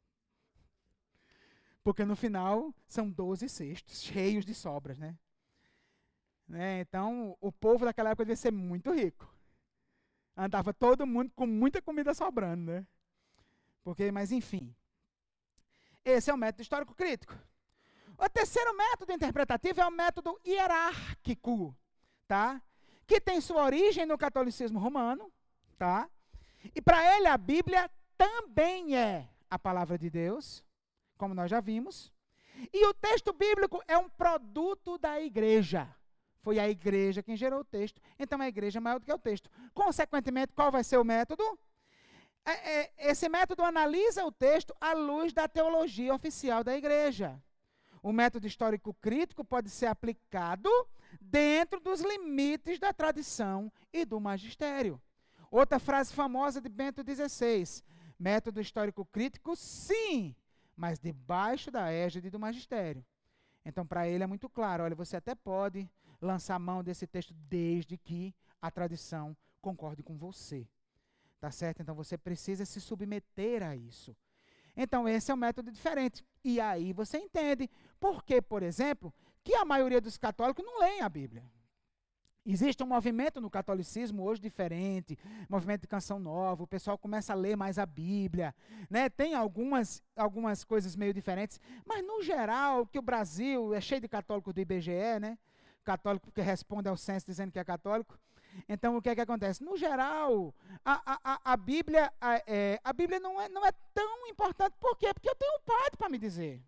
Porque no final são 12 cestos, cheios de sobras, né? Então, o povo daquela época devia ser muito rico. Andava todo mundo com muita comida sobrando, né? Mas enfim. Esse é o método histórico crítico. O terceiro método interpretativo é o método hierárquico, tá? Que tem sua origem no catolicismo romano, tá? E para ele a Bíblia também é a palavra de Deus, como nós já vimos. E o texto bíblico é um produto da igreja. Foi a igreja quem gerou o texto, então a igreja é maior do que o texto. Consequentemente, qual vai ser o método? Esse método analisa o texto à luz da teologia oficial da igreja. O método histórico crítico pode ser aplicado dentro dos limites da tradição e do magistério. Outra frase famosa de Bento XVI, método histórico crítico, sim, mas debaixo da égide do magistério. Então, para ele é muito claro, olha, você até pode lançar mão desse texto desde que a tradição concorde com você. Tá certo? Então você precisa se submeter a isso. Então esse é um método diferente. E aí você entende por que, por exemplo, que a maioria dos católicos não leem a Bíblia. Existe um movimento no catolicismo hoje diferente, movimento de canção nova, o pessoal começa a ler mais a Bíblia, né? Tem algumas coisas meio diferentes, mas no geral, que o Brasil é cheio de católicos do IBGE, né? Católico que responde ao censo dizendo que é católico. Então, o que é que acontece? No geral, a Bíblia não é tão importante. Por quê? Porque eu tenho um padre para me dizer.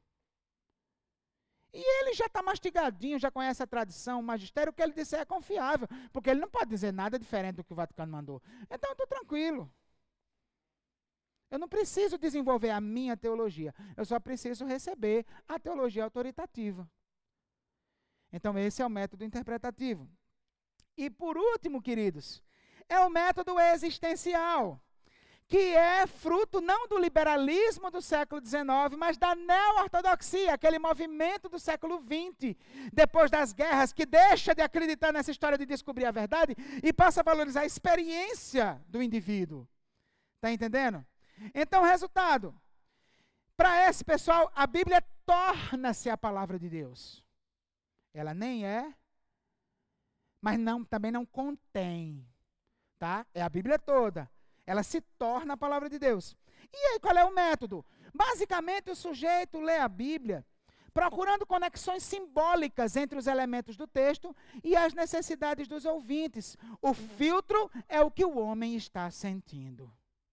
E ele já está mastigadinho, já conhece a tradição, o magistério, o que ele disser é confiável, porque ele não pode dizer nada diferente do que o Vaticano mandou. Então, eu estou tranquilo. Eu não preciso desenvolver a minha teologia, eu só preciso receber a teologia autoritativa. Então, esse é o método interpretativo. E, por último, queridos, é o método existencial, que é fruto não do liberalismo do século XIX, mas da neo-ortodoxia, aquele movimento do século XX, depois das guerras, que deixa de acreditar nessa história de descobrir a verdade e passa a valorizar a experiência do indivíduo. Está entendendo? Então, resultado, para esse pessoal, a Bíblia torna-se a palavra de Deus. Ela nem é, mas também não contém, tá? É a Bíblia toda. Ela se torna a palavra de Deus. E aí, qual é o método? Basicamente, o sujeito lê a Bíblia procurando conexões simbólicas entre os elementos do texto e as necessidades dos ouvintes. O filtro é o que o homem está sentindo.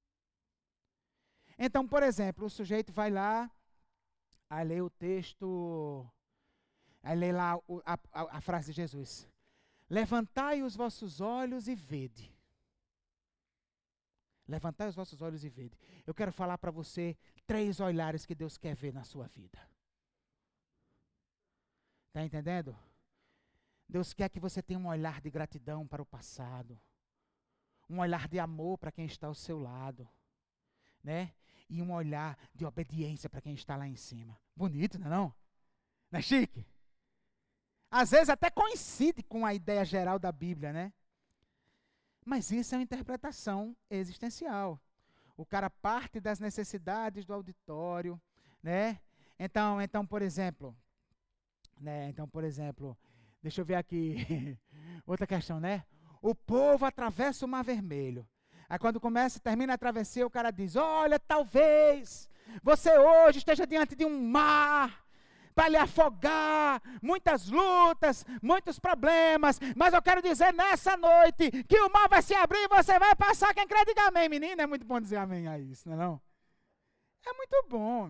Então, por exemplo, o sujeito vai lá, aí lê o texto, aí lê lá a frase de Jesus. Levantai os vossos olhos e vede. Levantai os vossos olhos e vede. Eu quero falar para você 3 olhares que Deus quer ver na sua vida. Está entendendo? Deus quer que você tenha um olhar de gratidão para o passado. Um olhar de amor para quem está ao seu lado. Né? E um olhar de obediência para quem está lá em cima. Bonito, não é não? Não é chique? Às vezes até coincide com a ideia geral da Bíblia, né? Mas isso é uma interpretação existencial. O cara parte das necessidades do auditório, né? Então, por exemplo, deixa eu ver aqui, outra questão, né? O povo atravessa o Mar Vermelho. Aí quando termina a travessia, o cara diz, olha, talvez você hoje esteja diante de um mar para lhe afogar, muitas lutas, muitos problemas, mas eu quero dizer nessa noite que o mar vai se abrir e você vai passar. Quem crê, diga amém, menina. É muito bom dizer amém a isso, não é não? É muito bom,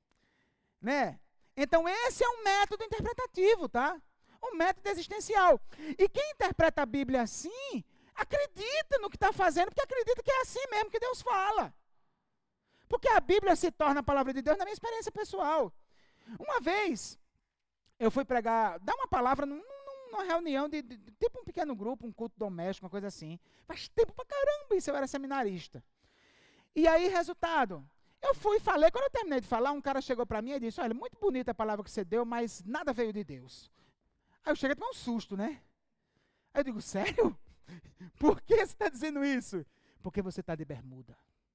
né? Então esse é um método interpretativo, tá? Um método existencial. E quem interpreta a Bíblia assim, acredita no que está fazendo, porque acredita que é assim mesmo que Deus fala. Porque a Bíblia se torna a palavra de Deus na minha experiência pessoal. Uma vez, eu fui pregar, dar uma palavra numa reunião de tipo um pequeno grupo, um culto doméstico, uma coisa assim. Faz tempo pra caramba isso, eu era seminarista. E aí, resultado, eu fui e falei, quando eu terminei de falar, um cara chegou para mim e disse, olha, muito bonita a palavra que você deu, mas nada veio de Deus. Aí eu cheguei a tomar um susto, né? Aí eu digo, sério? Por que você está dizendo isso? Porque você está de bermuda.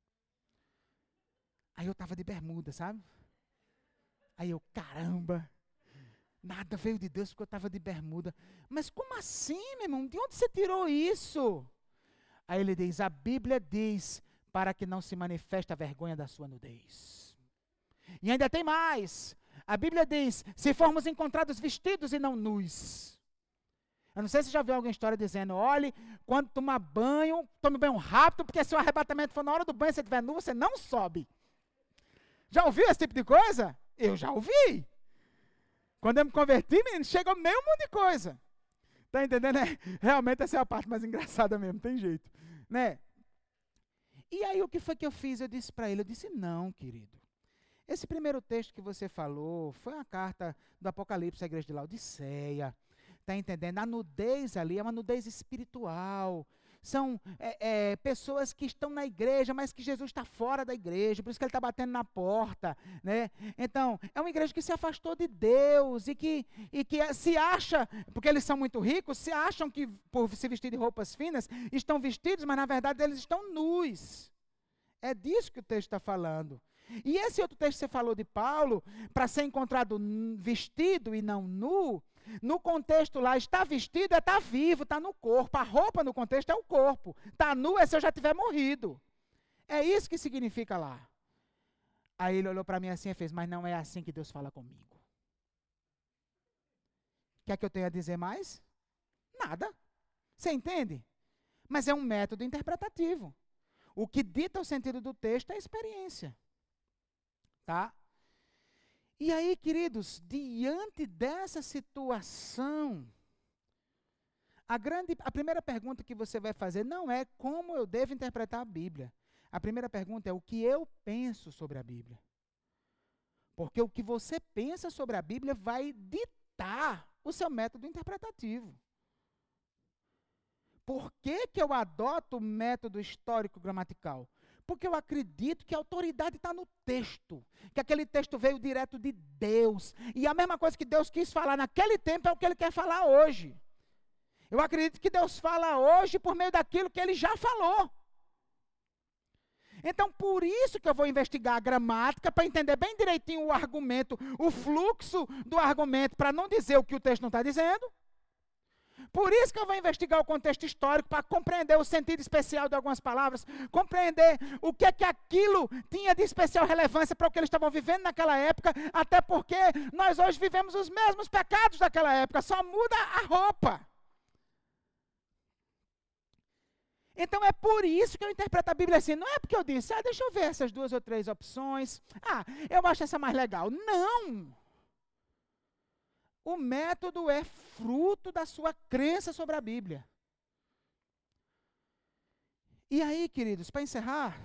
Aí eu estava de bermuda, sabe? Aí eu, caramba, nada veio de Deus porque eu estava de bermuda. Mas como assim, meu irmão? De onde você tirou isso? Aí ele diz, a Bíblia diz, para que não se manifeste a vergonha da sua nudez. E ainda tem mais. A Bíblia diz, se formos encontrados vestidos e não nus. Eu não sei se já viu alguma história dizendo, olhe, quando tomar banho, tome banho rápido, porque se o arrebatamento for na hora do banho, se você estiver nu, você não sobe. Já ouviu esse tipo de coisa? Eu já ouvi. Quando eu me converti, menino, chegou meio monte de coisa. Tá entendendo? Realmente essa é a parte mais engraçada mesmo, tem jeito. Né? E aí o que foi que eu fiz? Eu disse para ele, eu disse, não, querido. Esse primeiro texto que você falou foi uma carta do Apocalipse à igreja de Laodiceia. Está entendendo? A nudez ali é uma nudez espiritual. pessoas que estão na igreja, mas que Jesus está fora da igreja, por isso que ele está batendo na porta, né? Então, é uma igreja que se afastou de Deus e que se acha, porque eles são muito ricos, se acham que por se vestir de roupas finas, estão vestidos, mas na verdade eles estão nus. É disso que o texto está falando. E esse outro texto que você falou de Paulo, para ser encontrado vestido e não nu, no contexto lá, está vestido é estar vivo, está no corpo. A roupa no contexto é o corpo. Está nu é se eu já tiver morrido. É isso que significa lá. Aí ele olhou para mim assim e fez, mas não é assim que Deus fala comigo. Quer que eu tenha a dizer mais? Nada. Você entende? Mas é um método interpretativo. O que dita o sentido do texto é a experiência. Tá? E aí, queridos, diante dessa situação, a primeira pergunta que você vai fazer não é como eu devo interpretar a Bíblia. A primeira pergunta é o que eu penso sobre a Bíblia. Porque o que você pensa sobre a Bíblia vai ditar o seu método interpretativo. Por que eu adoto o método histórico-gramatical? Porque eu acredito que a autoridade está no texto, que aquele texto veio direto de Deus. E a mesma coisa que Deus quis falar naquele tempo é o que Ele quer falar hoje. Eu acredito que Deus fala hoje por meio daquilo que Ele já falou. Então, por isso que eu vou investigar a gramática, para entender bem direitinho o argumento, o fluxo do argumento, para não dizer o que o texto não está dizendo. Por isso que eu vou investigar o contexto histórico, para compreender o sentido especial de algumas palavras, compreender o que é que aquilo tinha de especial relevância para o que eles estavam vivendo naquela época, até porque nós hoje vivemos os mesmos pecados daquela época, só muda a roupa. Então é por isso que eu interpreto a Bíblia assim, não é porque eu disse, deixa eu ver essas 2 ou 3 opções, eu acho essa mais legal. Não! O método é fruto da sua crença sobre a Bíblia. E aí, queridos, para encerrar,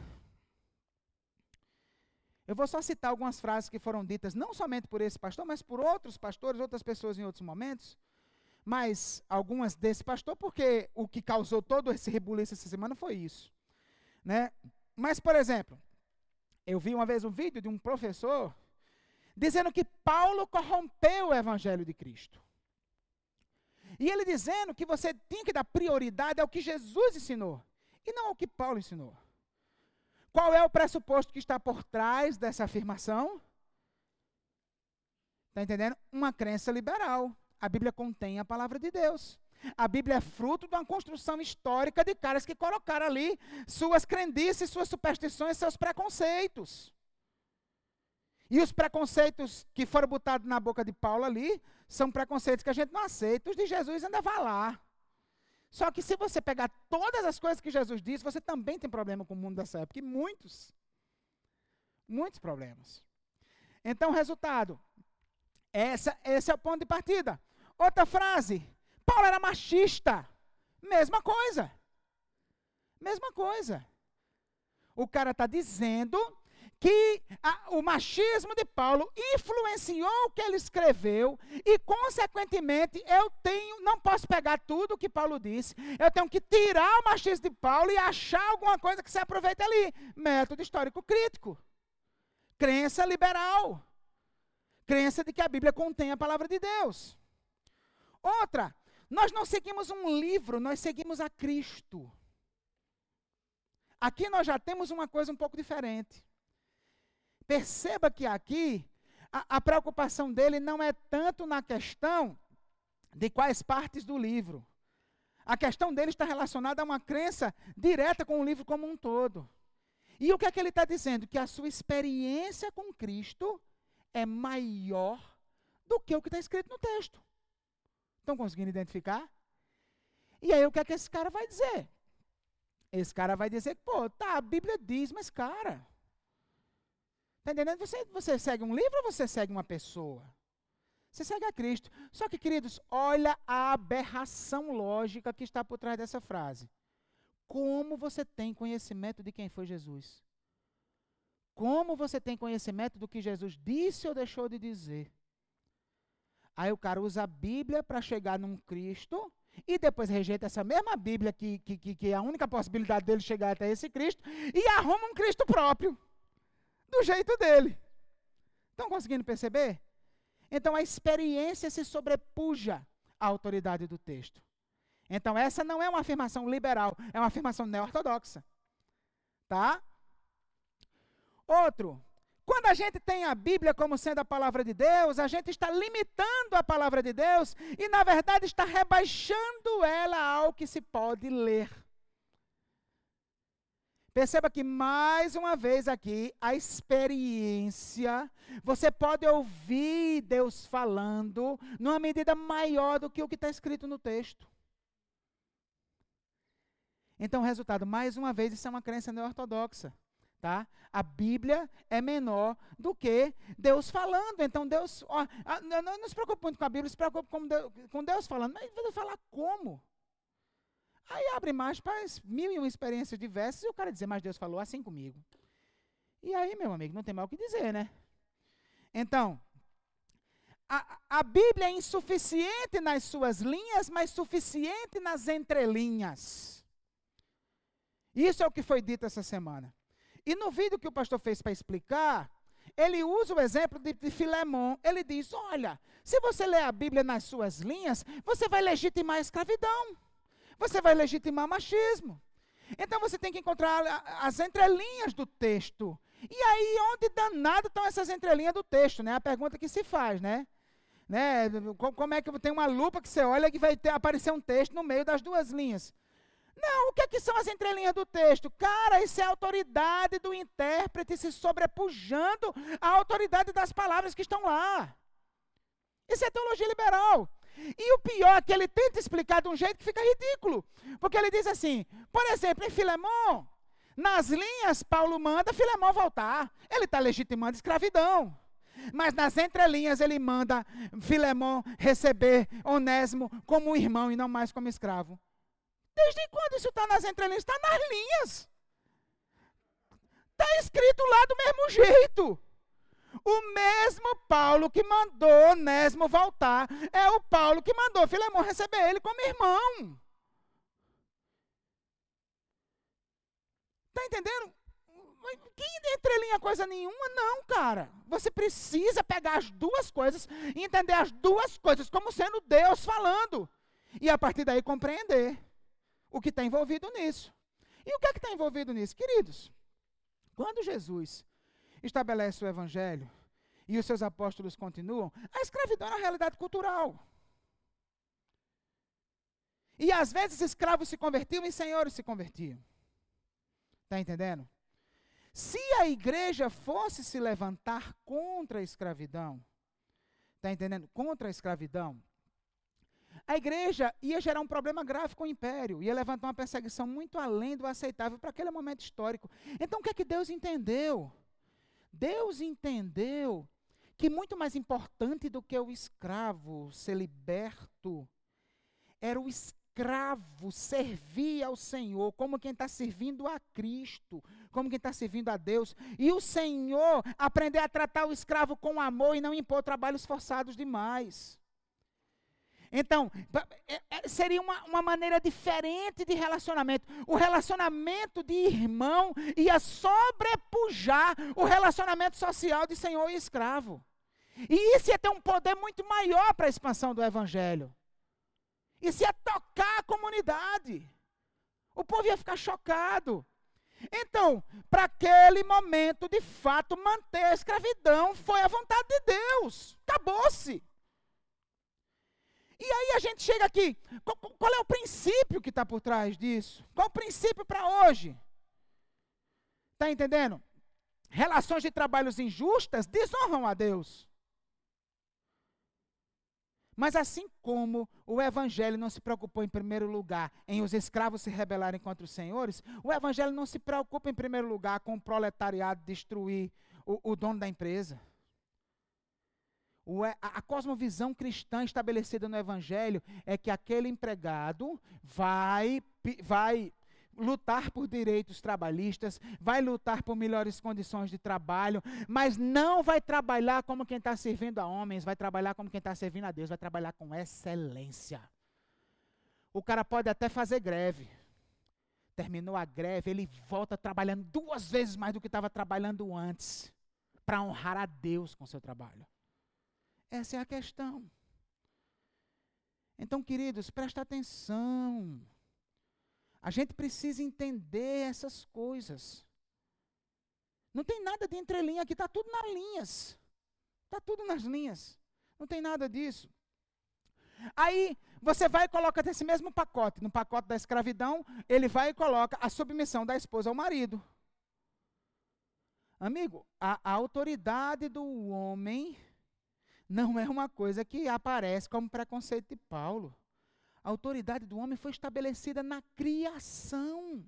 eu vou só citar algumas frases que foram ditas, não somente por esse pastor, mas por outros pastores, outras pessoas em outros momentos, mas algumas desse pastor, porque o que causou todo esse rebuliço essa semana foi isso. Né? Mas, por exemplo, eu vi uma vez um vídeo de um professor dizendo que Paulo corrompeu o evangelho de Cristo. E ele dizendo que você tinha que dar prioridade ao que Jesus ensinou, e não ao que Paulo ensinou. Qual é o pressuposto que está por trás dessa afirmação? Está entendendo? Uma crença liberal. A Bíblia contém a palavra de Deus. A Bíblia é fruto de uma construção histórica de caras que colocaram ali suas crendices, suas superstições, seus preconceitos. E os preconceitos que foram botados na boca de Paulo ali, são preconceitos que a gente não aceita. Os de Jesus ainda vai lá. Só que se você pegar todas as coisas que Jesus disse, você também tem problema com o mundo dessa época. E muitos problemas. Então, resultado. Esse é o ponto de partida. Outra frase. Paulo era machista. Mesma coisa. Mesma coisa. O cara está dizendo que o machismo de Paulo influenciou o que ele escreveu e, consequentemente, não posso pegar tudo o que Paulo disse, eu tenho que tirar o machismo de Paulo e achar alguma coisa que se aproveite ali. Método histórico crítico. Crença liberal. Crença de que a Bíblia contém a palavra de Deus. Outra, nós não seguimos um livro, nós seguimos a Cristo. Aqui nós já temos uma coisa um pouco diferente. Perceba que aqui, a preocupação dele não é tanto na questão de quais partes do livro. A questão dele está relacionada a uma crença direta com o livro como um todo. E o que é que ele está dizendo? Que a sua experiência com Cristo é maior do que o que está escrito no texto. Estão conseguindo identificar? E aí o que é que esse cara vai dizer? Esse cara vai dizer que, a Bíblia diz, mas cara... Está entendendo? Você segue um livro ou você segue uma pessoa? Você segue a Cristo. Só que, queridos, olha a aberração lógica que está por trás dessa frase. Como você tem conhecimento de quem foi Jesus? Como você tem conhecimento do que Jesus disse ou deixou de dizer? Aí o cara usa a Bíblia para chegar num Cristo e depois rejeita essa mesma Bíblia, que é a única possibilidade dele chegar até esse Cristo, e arruma um Cristo próprio, do jeito dele. Estão conseguindo perceber? Então a experiência se sobrepuja à autoridade do texto. Então essa não é uma afirmação liberal, é uma afirmação neo-ortodoxa. Tá? Outro, quando a gente tem a Bíblia como sendo a palavra de Deus, a gente está limitando a palavra de Deus e, na verdade, está rebaixando ela ao que se pode ler. Perceba que, mais uma vez aqui, a experiência, você pode ouvir Deus falando numa medida maior do que o que está escrito no texto. Então, o resultado, mais uma vez, isso é uma crença neo-ortodoxa. Tá? A Bíblia é menor do que Deus falando. Então, Deus, não se preocupe muito com a Bíblia, se preocupe com Deus falando. Mas Deus falar como? Aí abre mais para 1001 experiências diversas e o cara dizer, mas Deus falou assim comigo. E aí, meu amigo, não tem mais o que dizer, né? Então, a Bíblia é insuficiente nas suas linhas, mas suficiente nas entrelinhas. Isso é o que foi dito essa semana. E no vídeo que o pastor fez para explicar, ele usa o exemplo de Filemon. Ele diz, olha, se você ler a Bíblia nas suas linhas, você vai legitimar a escravidão. Você vai legitimar machismo. Então você tem que encontrar as entrelinhas do texto. E aí, onde danado estão essas entrelinhas do texto, né? A pergunta que se faz, né? Como é que tem uma lupa que você olha que vai aparecer um texto no meio das duas linhas? Não, o que é que são as entrelinhas do texto? Cara, isso é a autoridade do intérprete se sobrepujando à autoridade das palavras que estão lá. Isso é teologia liberal. E o pior é que ele tenta explicar de um jeito que fica ridículo. Porque ele diz assim, por exemplo, em Filemon, nas linhas Paulo manda Filemon voltar. Ele está legitimando escravidão. Mas nas entrelinhas ele manda Filemon receber Onésimo como um irmão e não mais como escravo. Desde quando isso está nas entrelinhas? Está nas linhas. Está escrito lá do mesmo jeito. O mesmo Paulo que mandou Onésimo voltar é o Paulo que mandou Filemon receber ele como irmão. Está entendendo? Que entrelinha coisa nenhuma, não, cara. Você precisa pegar as duas coisas e entender as duas coisas como sendo Deus falando. E a partir daí compreender o que está envolvido nisso. E o que é que está envolvido nisso? Queridos, quando Jesus estabelece o Evangelho e os seus apóstolos continuam, a escravidão era uma realidade cultural. E às vezes escravos se convertiam e senhores se convertiam. Está entendendo? Se a igreja fosse se levantar contra a escravidão, está entendendo? Contra a escravidão, a igreja ia gerar um problema grave com o império, ia levantar uma perseguição muito além do aceitável para aquele momento histórico. Então o que é que Deus entendeu? Deus entendeu que muito mais importante do que o escravo ser liberto, era o escravo servir ao Senhor, como quem está servindo a Cristo, como quem está servindo a Deus, e o Senhor aprender a tratar o escravo com amor e não impor trabalhos forçados demais. Então, seria uma maneira diferente de relacionamento. O relacionamento de irmão ia sobrepujar o relacionamento social de senhor e escravo. E isso ia ter um poder muito maior para a expansão do Evangelho. Isso ia tocar a comunidade. O povo ia ficar chocado. Então, para aquele momento, de fato, manter a escravidão foi a vontade de Deus. Acabou-se. E aí a gente chega aqui, qual é o princípio que está por trás disso? Qual é o princípio para hoje? Está entendendo? Relações de trabalhos injustas desonram a Deus. Mas assim como o Evangelho não se preocupou em primeiro lugar em os escravos se rebelarem contra os senhores, o Evangelho não se preocupa em primeiro lugar com o proletariado destruir o dono da empresa. A cosmovisão cristã estabelecida no Evangelho é que aquele empregado vai lutar por direitos trabalhistas, vai lutar por melhores condições de trabalho, mas não vai trabalhar como quem está servindo a homens, vai trabalhar como quem está servindo a Deus, vai trabalhar com excelência. O cara pode até fazer greve. Terminou a greve, ele volta trabalhando 2 vezes mais do que estava trabalhando antes, para honrar a Deus com o seu trabalho. Essa é a questão. Então, queridos, presta atenção. A gente precisa entender essas coisas. Não tem nada de entrelinha aqui, está tudo nas linhas. Está tudo nas linhas. Não tem nada disso. Aí, você vai e coloca nesse mesmo pacote, no pacote da escravidão, ele vai e coloca a submissão da esposa ao marido. Amigo, a autoridade do homem não é uma coisa que aparece como preconceito de Paulo. A autoridade do homem foi estabelecida na criação.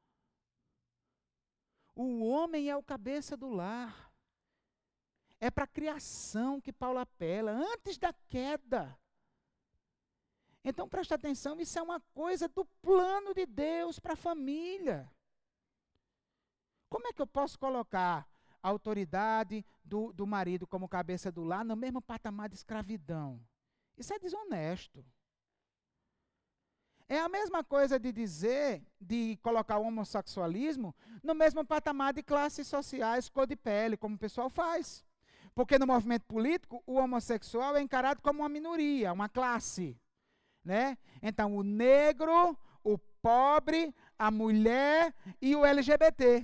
O homem é o cabeça do lar. É para a criação que Paulo apela, antes da queda. Então, presta atenção, isso é uma coisa do plano de Deus para a família. Como é que eu posso colocar a autoridade do marido como cabeça do lar no mesmo patamar de escravidão? Isso é desonesto. É a mesma coisa de dizer, de colocar o homossexualismo no mesmo patamar de classes sociais, cor de pele, como o pessoal faz. Porque no movimento político, o homossexual é encarado como uma minoria, uma classe. Né? Então, o negro, o pobre, a mulher e o LGBT.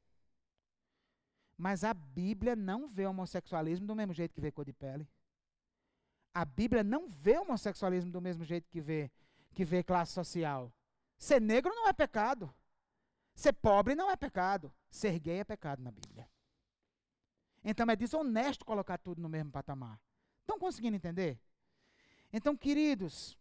Mas a Bíblia não vê o homossexualismo do mesmo jeito que vê cor de pele. A Bíblia não vê o homossexualismo do mesmo jeito que vê classe social. Ser negro não é pecado. Ser pobre não é pecado. Ser gay é pecado na Bíblia. Então é desonesto colocar tudo no mesmo patamar. Estão conseguindo entender? Então, queridos,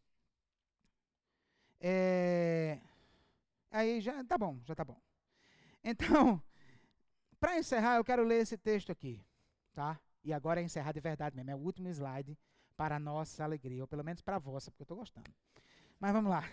aí já tá bom, já tá bom. Então, para encerrar, eu quero ler esse texto aqui, tá? E agora é encerrar de verdade mesmo, é o último slide para a nossa alegria, ou pelo menos para a vossa, porque eu estou gostando. Mas vamos lá.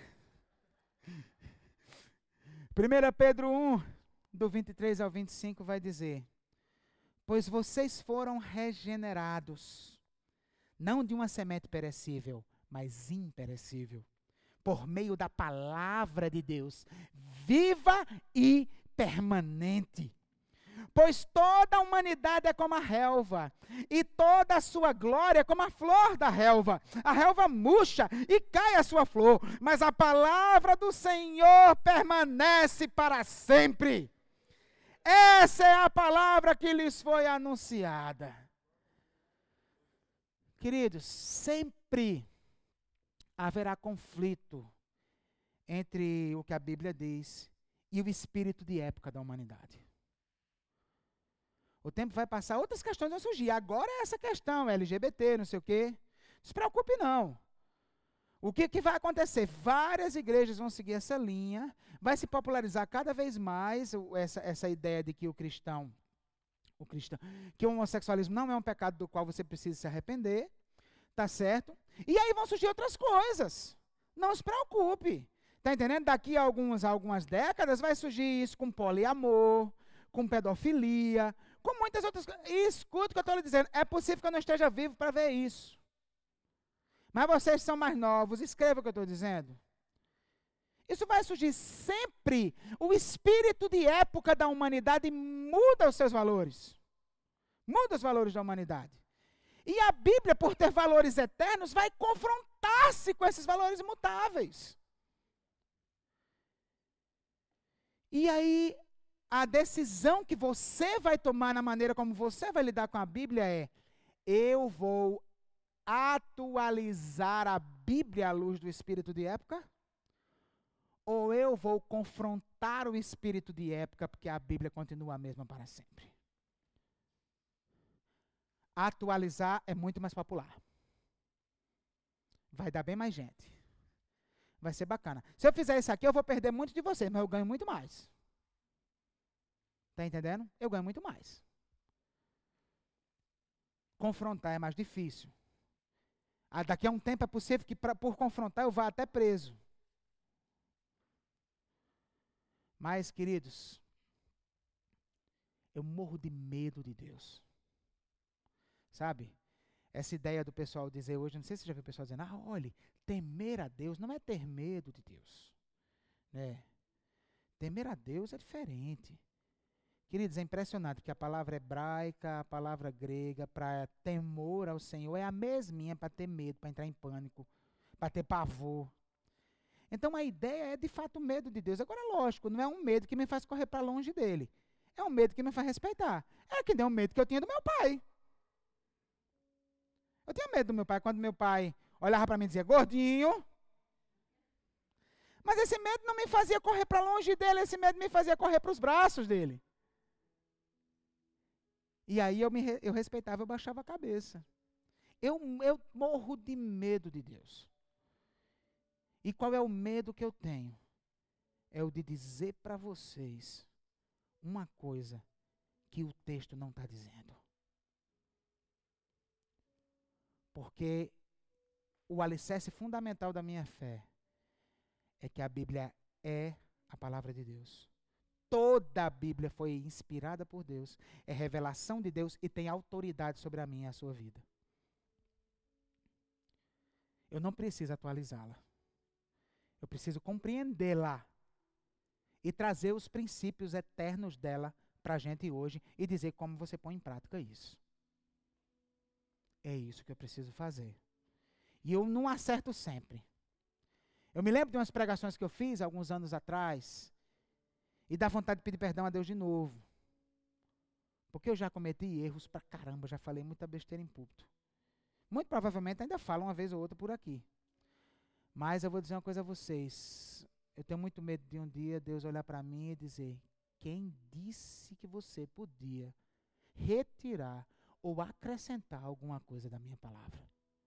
1 Pedro 1, do 23 ao 25, vai dizer: pois vocês foram regenerados, não de uma semente perecível, mas imperecível, por meio da palavra de Deus, viva e permanente. Pois toda a humanidade é como a relva, e toda a sua glória é como a flor da relva. A relva murcha e cai a sua flor, mas a palavra do Senhor permanece para sempre. Essa é a palavra que lhes foi anunciada. Queridos, sempre haverá conflito entre o que a Bíblia diz e o espírito de época da humanidade. O tempo vai passar, outras questões vão surgir. Agora é essa questão, LGBT, não sei o quê. Não se preocupe não. O que vai acontecer? Várias igrejas vão seguir essa linha, vai se popularizar cada vez mais essa ideia de que que o homossexualismo não é um pecado do qual você precisa se arrepender, tá certo? E aí vão surgir outras coisas. Não se preocupe. Tá entendendo? Daqui a algumas décadas vai surgir isso com poliamor, com pedofilia, com muitas outras coisas. E escuta o que eu estou lhe dizendo. É possível que eu não esteja vivo para ver isso. Mas vocês são mais novos, escreva o que eu estou dizendo. Isso vai surgir sempre. O espírito de época da humanidade muda os seus valores. Muda os valores da humanidade. E a Bíblia, por ter valores eternos, vai confrontar-se com esses valores imutáveis. E aí, a decisão que você vai tomar na maneira como você vai lidar com a Bíblia é: eu vou atualizar a Bíblia à luz do espírito de época? Ou eu vou confrontar o espírito de época, porque a Bíblia continua a mesma para sempre? Atualizar é muito mais popular. Vai dar bem mais gente. Vai ser bacana. Se eu fizer isso aqui, eu vou perder muito de vocês, mas eu ganho muito mais. Está entendendo? Eu ganho muito mais. Confrontar é mais difícil. Daqui a um tempo é possível que por confrontar eu vá até preso. Mas, queridos, eu morro de medo de Deus. Sabe? essa ideia do pessoal dizer hoje, não sei se você já viu o pessoal dizendo, olhe, temer a Deus não é ter medo de Deus. Né? Temer a Deus é diferente. Queridos, é impressionante que a palavra hebraica, a palavra grega para temor ao Senhor é a mesminha para ter medo, para entrar em pânico, para ter pavor. Então a ideia é de fato o medo de Deus. Agora, lógico, não é um medo que me faz correr para longe dele. É um medo que me faz respeitar. É que nem o medo que eu tinha do meu pai. Eu tinha medo do meu pai quando meu pai olhava para mim e dizia, gordinho. Mas esse medo não me fazia correr para longe dele, esse medo me fazia correr para os braços dele. E aí eu respeitava, eu baixava a cabeça. Eu morro de medo de Deus. E qual é o medo que eu tenho? É o de dizer para vocês uma coisa que o texto não está dizendo. Porque o alicerce fundamental da minha fé é que a Bíblia é a palavra de Deus. Toda a Bíblia foi inspirada por Deus, é revelação de Deus e tem autoridade sobre a minha e a sua vida. Eu não preciso atualizá-la. Eu preciso compreendê-la e trazer os princípios eternos dela para a gente hoje e dizer como você põe em prática isso. É isso que eu preciso fazer. E eu não acerto sempre. Eu me lembro de umas pregações que eu fiz alguns anos atrás e dá vontade de pedir perdão a Deus de novo. Porque eu já cometi erros pra caramba, já falei muita besteira em púlpito. Muito provavelmente ainda falo uma vez ou outra por aqui. Mas eu vou dizer uma coisa a vocês. Eu tenho muito medo de um dia Deus olhar para mim e dizer, quem disse que você podia retirar ou acrescentar alguma coisa da minha palavra?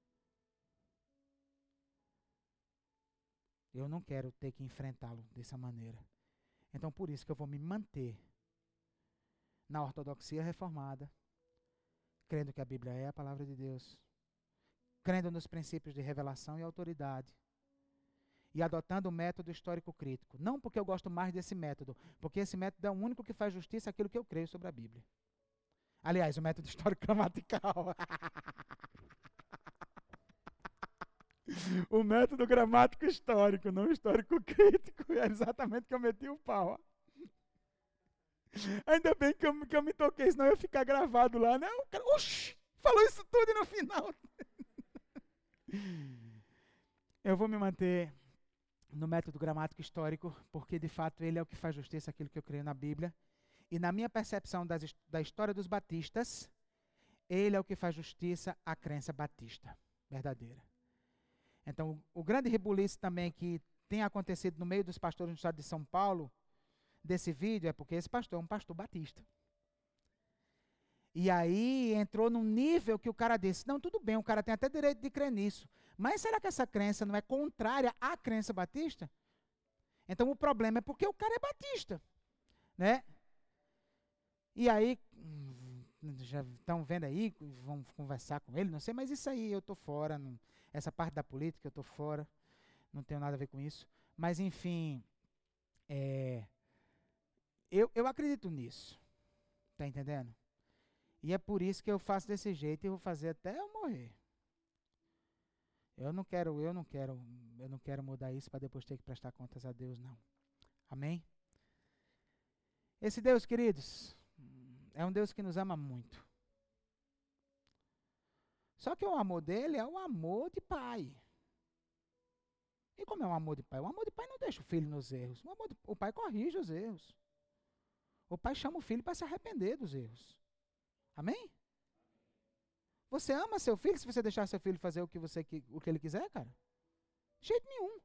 Eu não quero ter que enfrentá-lo dessa maneira. Então, por isso que eu vou me manter na ortodoxia reformada, crendo que a Bíblia é a palavra de Deus, crendo nos princípios de revelação e autoridade, e adotando o método histórico crítico. Não porque eu gosto mais desse método, porque esse método é o único que faz justiça àquilo que eu creio sobre a Bíblia. Aliás, o método histórico gramatical. O método gramático histórico, não histórico crítico. É exatamente que eu meti o pau. Ainda bem que eu me toquei, senão eu ia ficar gravado lá, né? O cara, oxi, falou isso tudo e no final. Eu vou me manter no método gramático histórico, porque de fato ele é o que faz justiça àquilo que eu creio na Bíblia. E na minha percepção da história dos batistas, ele é o que faz justiça à crença batista verdadeira. Então, o grande rebuliço também que tem acontecido no meio dos pastores no estado de São Paulo, desse vídeo, é porque esse pastor é um pastor batista. E aí entrou num nível que o cara disse, não, tudo bem, o cara tem até direito de crer nisso, mas será que essa crença não é contrária à crença batista? Então o problema é porque o cara é batista, né? E aí, já estão vendo aí, vão conversar com ele, não sei, mas isso aí eu estou fora, essa parte da política eu estou fora, não tenho nada a ver com isso. Mas enfim, eu acredito nisso, tá entendendo? E é por isso que eu faço desse jeito e vou fazer até eu morrer. Eu não quero mudar isso para depois ter que prestar contas a Deus, não. Amém? Esse Deus, queridos, é um Deus que nos ama muito. Só que o amor dele é o amor de pai. E como é o amor de pai? O amor de pai não deixa o filho nos erros. O pai corrige os erros. O pai chama o filho para se arrepender dos erros. Amém? Você ama seu filho se você deixar seu filho fazer o que ele quiser, cara? De jeito nenhum.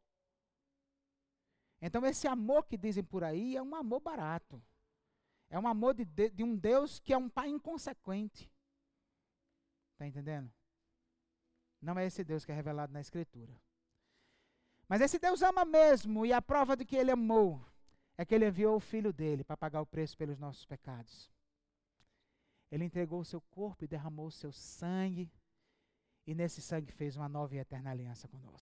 Então esse amor que dizem por aí é um amor barato. É um amor de um Deus que é um pai inconsequente. Está entendendo? Não é esse Deus que é revelado na Escritura. Mas esse Deus ama mesmo, e a prova de que ele amou é que ele enviou o Filho dele para pagar o preço pelos nossos pecados. Ele entregou o seu corpo e derramou o seu sangue, e nesse sangue fez uma nova e eterna aliança conosco.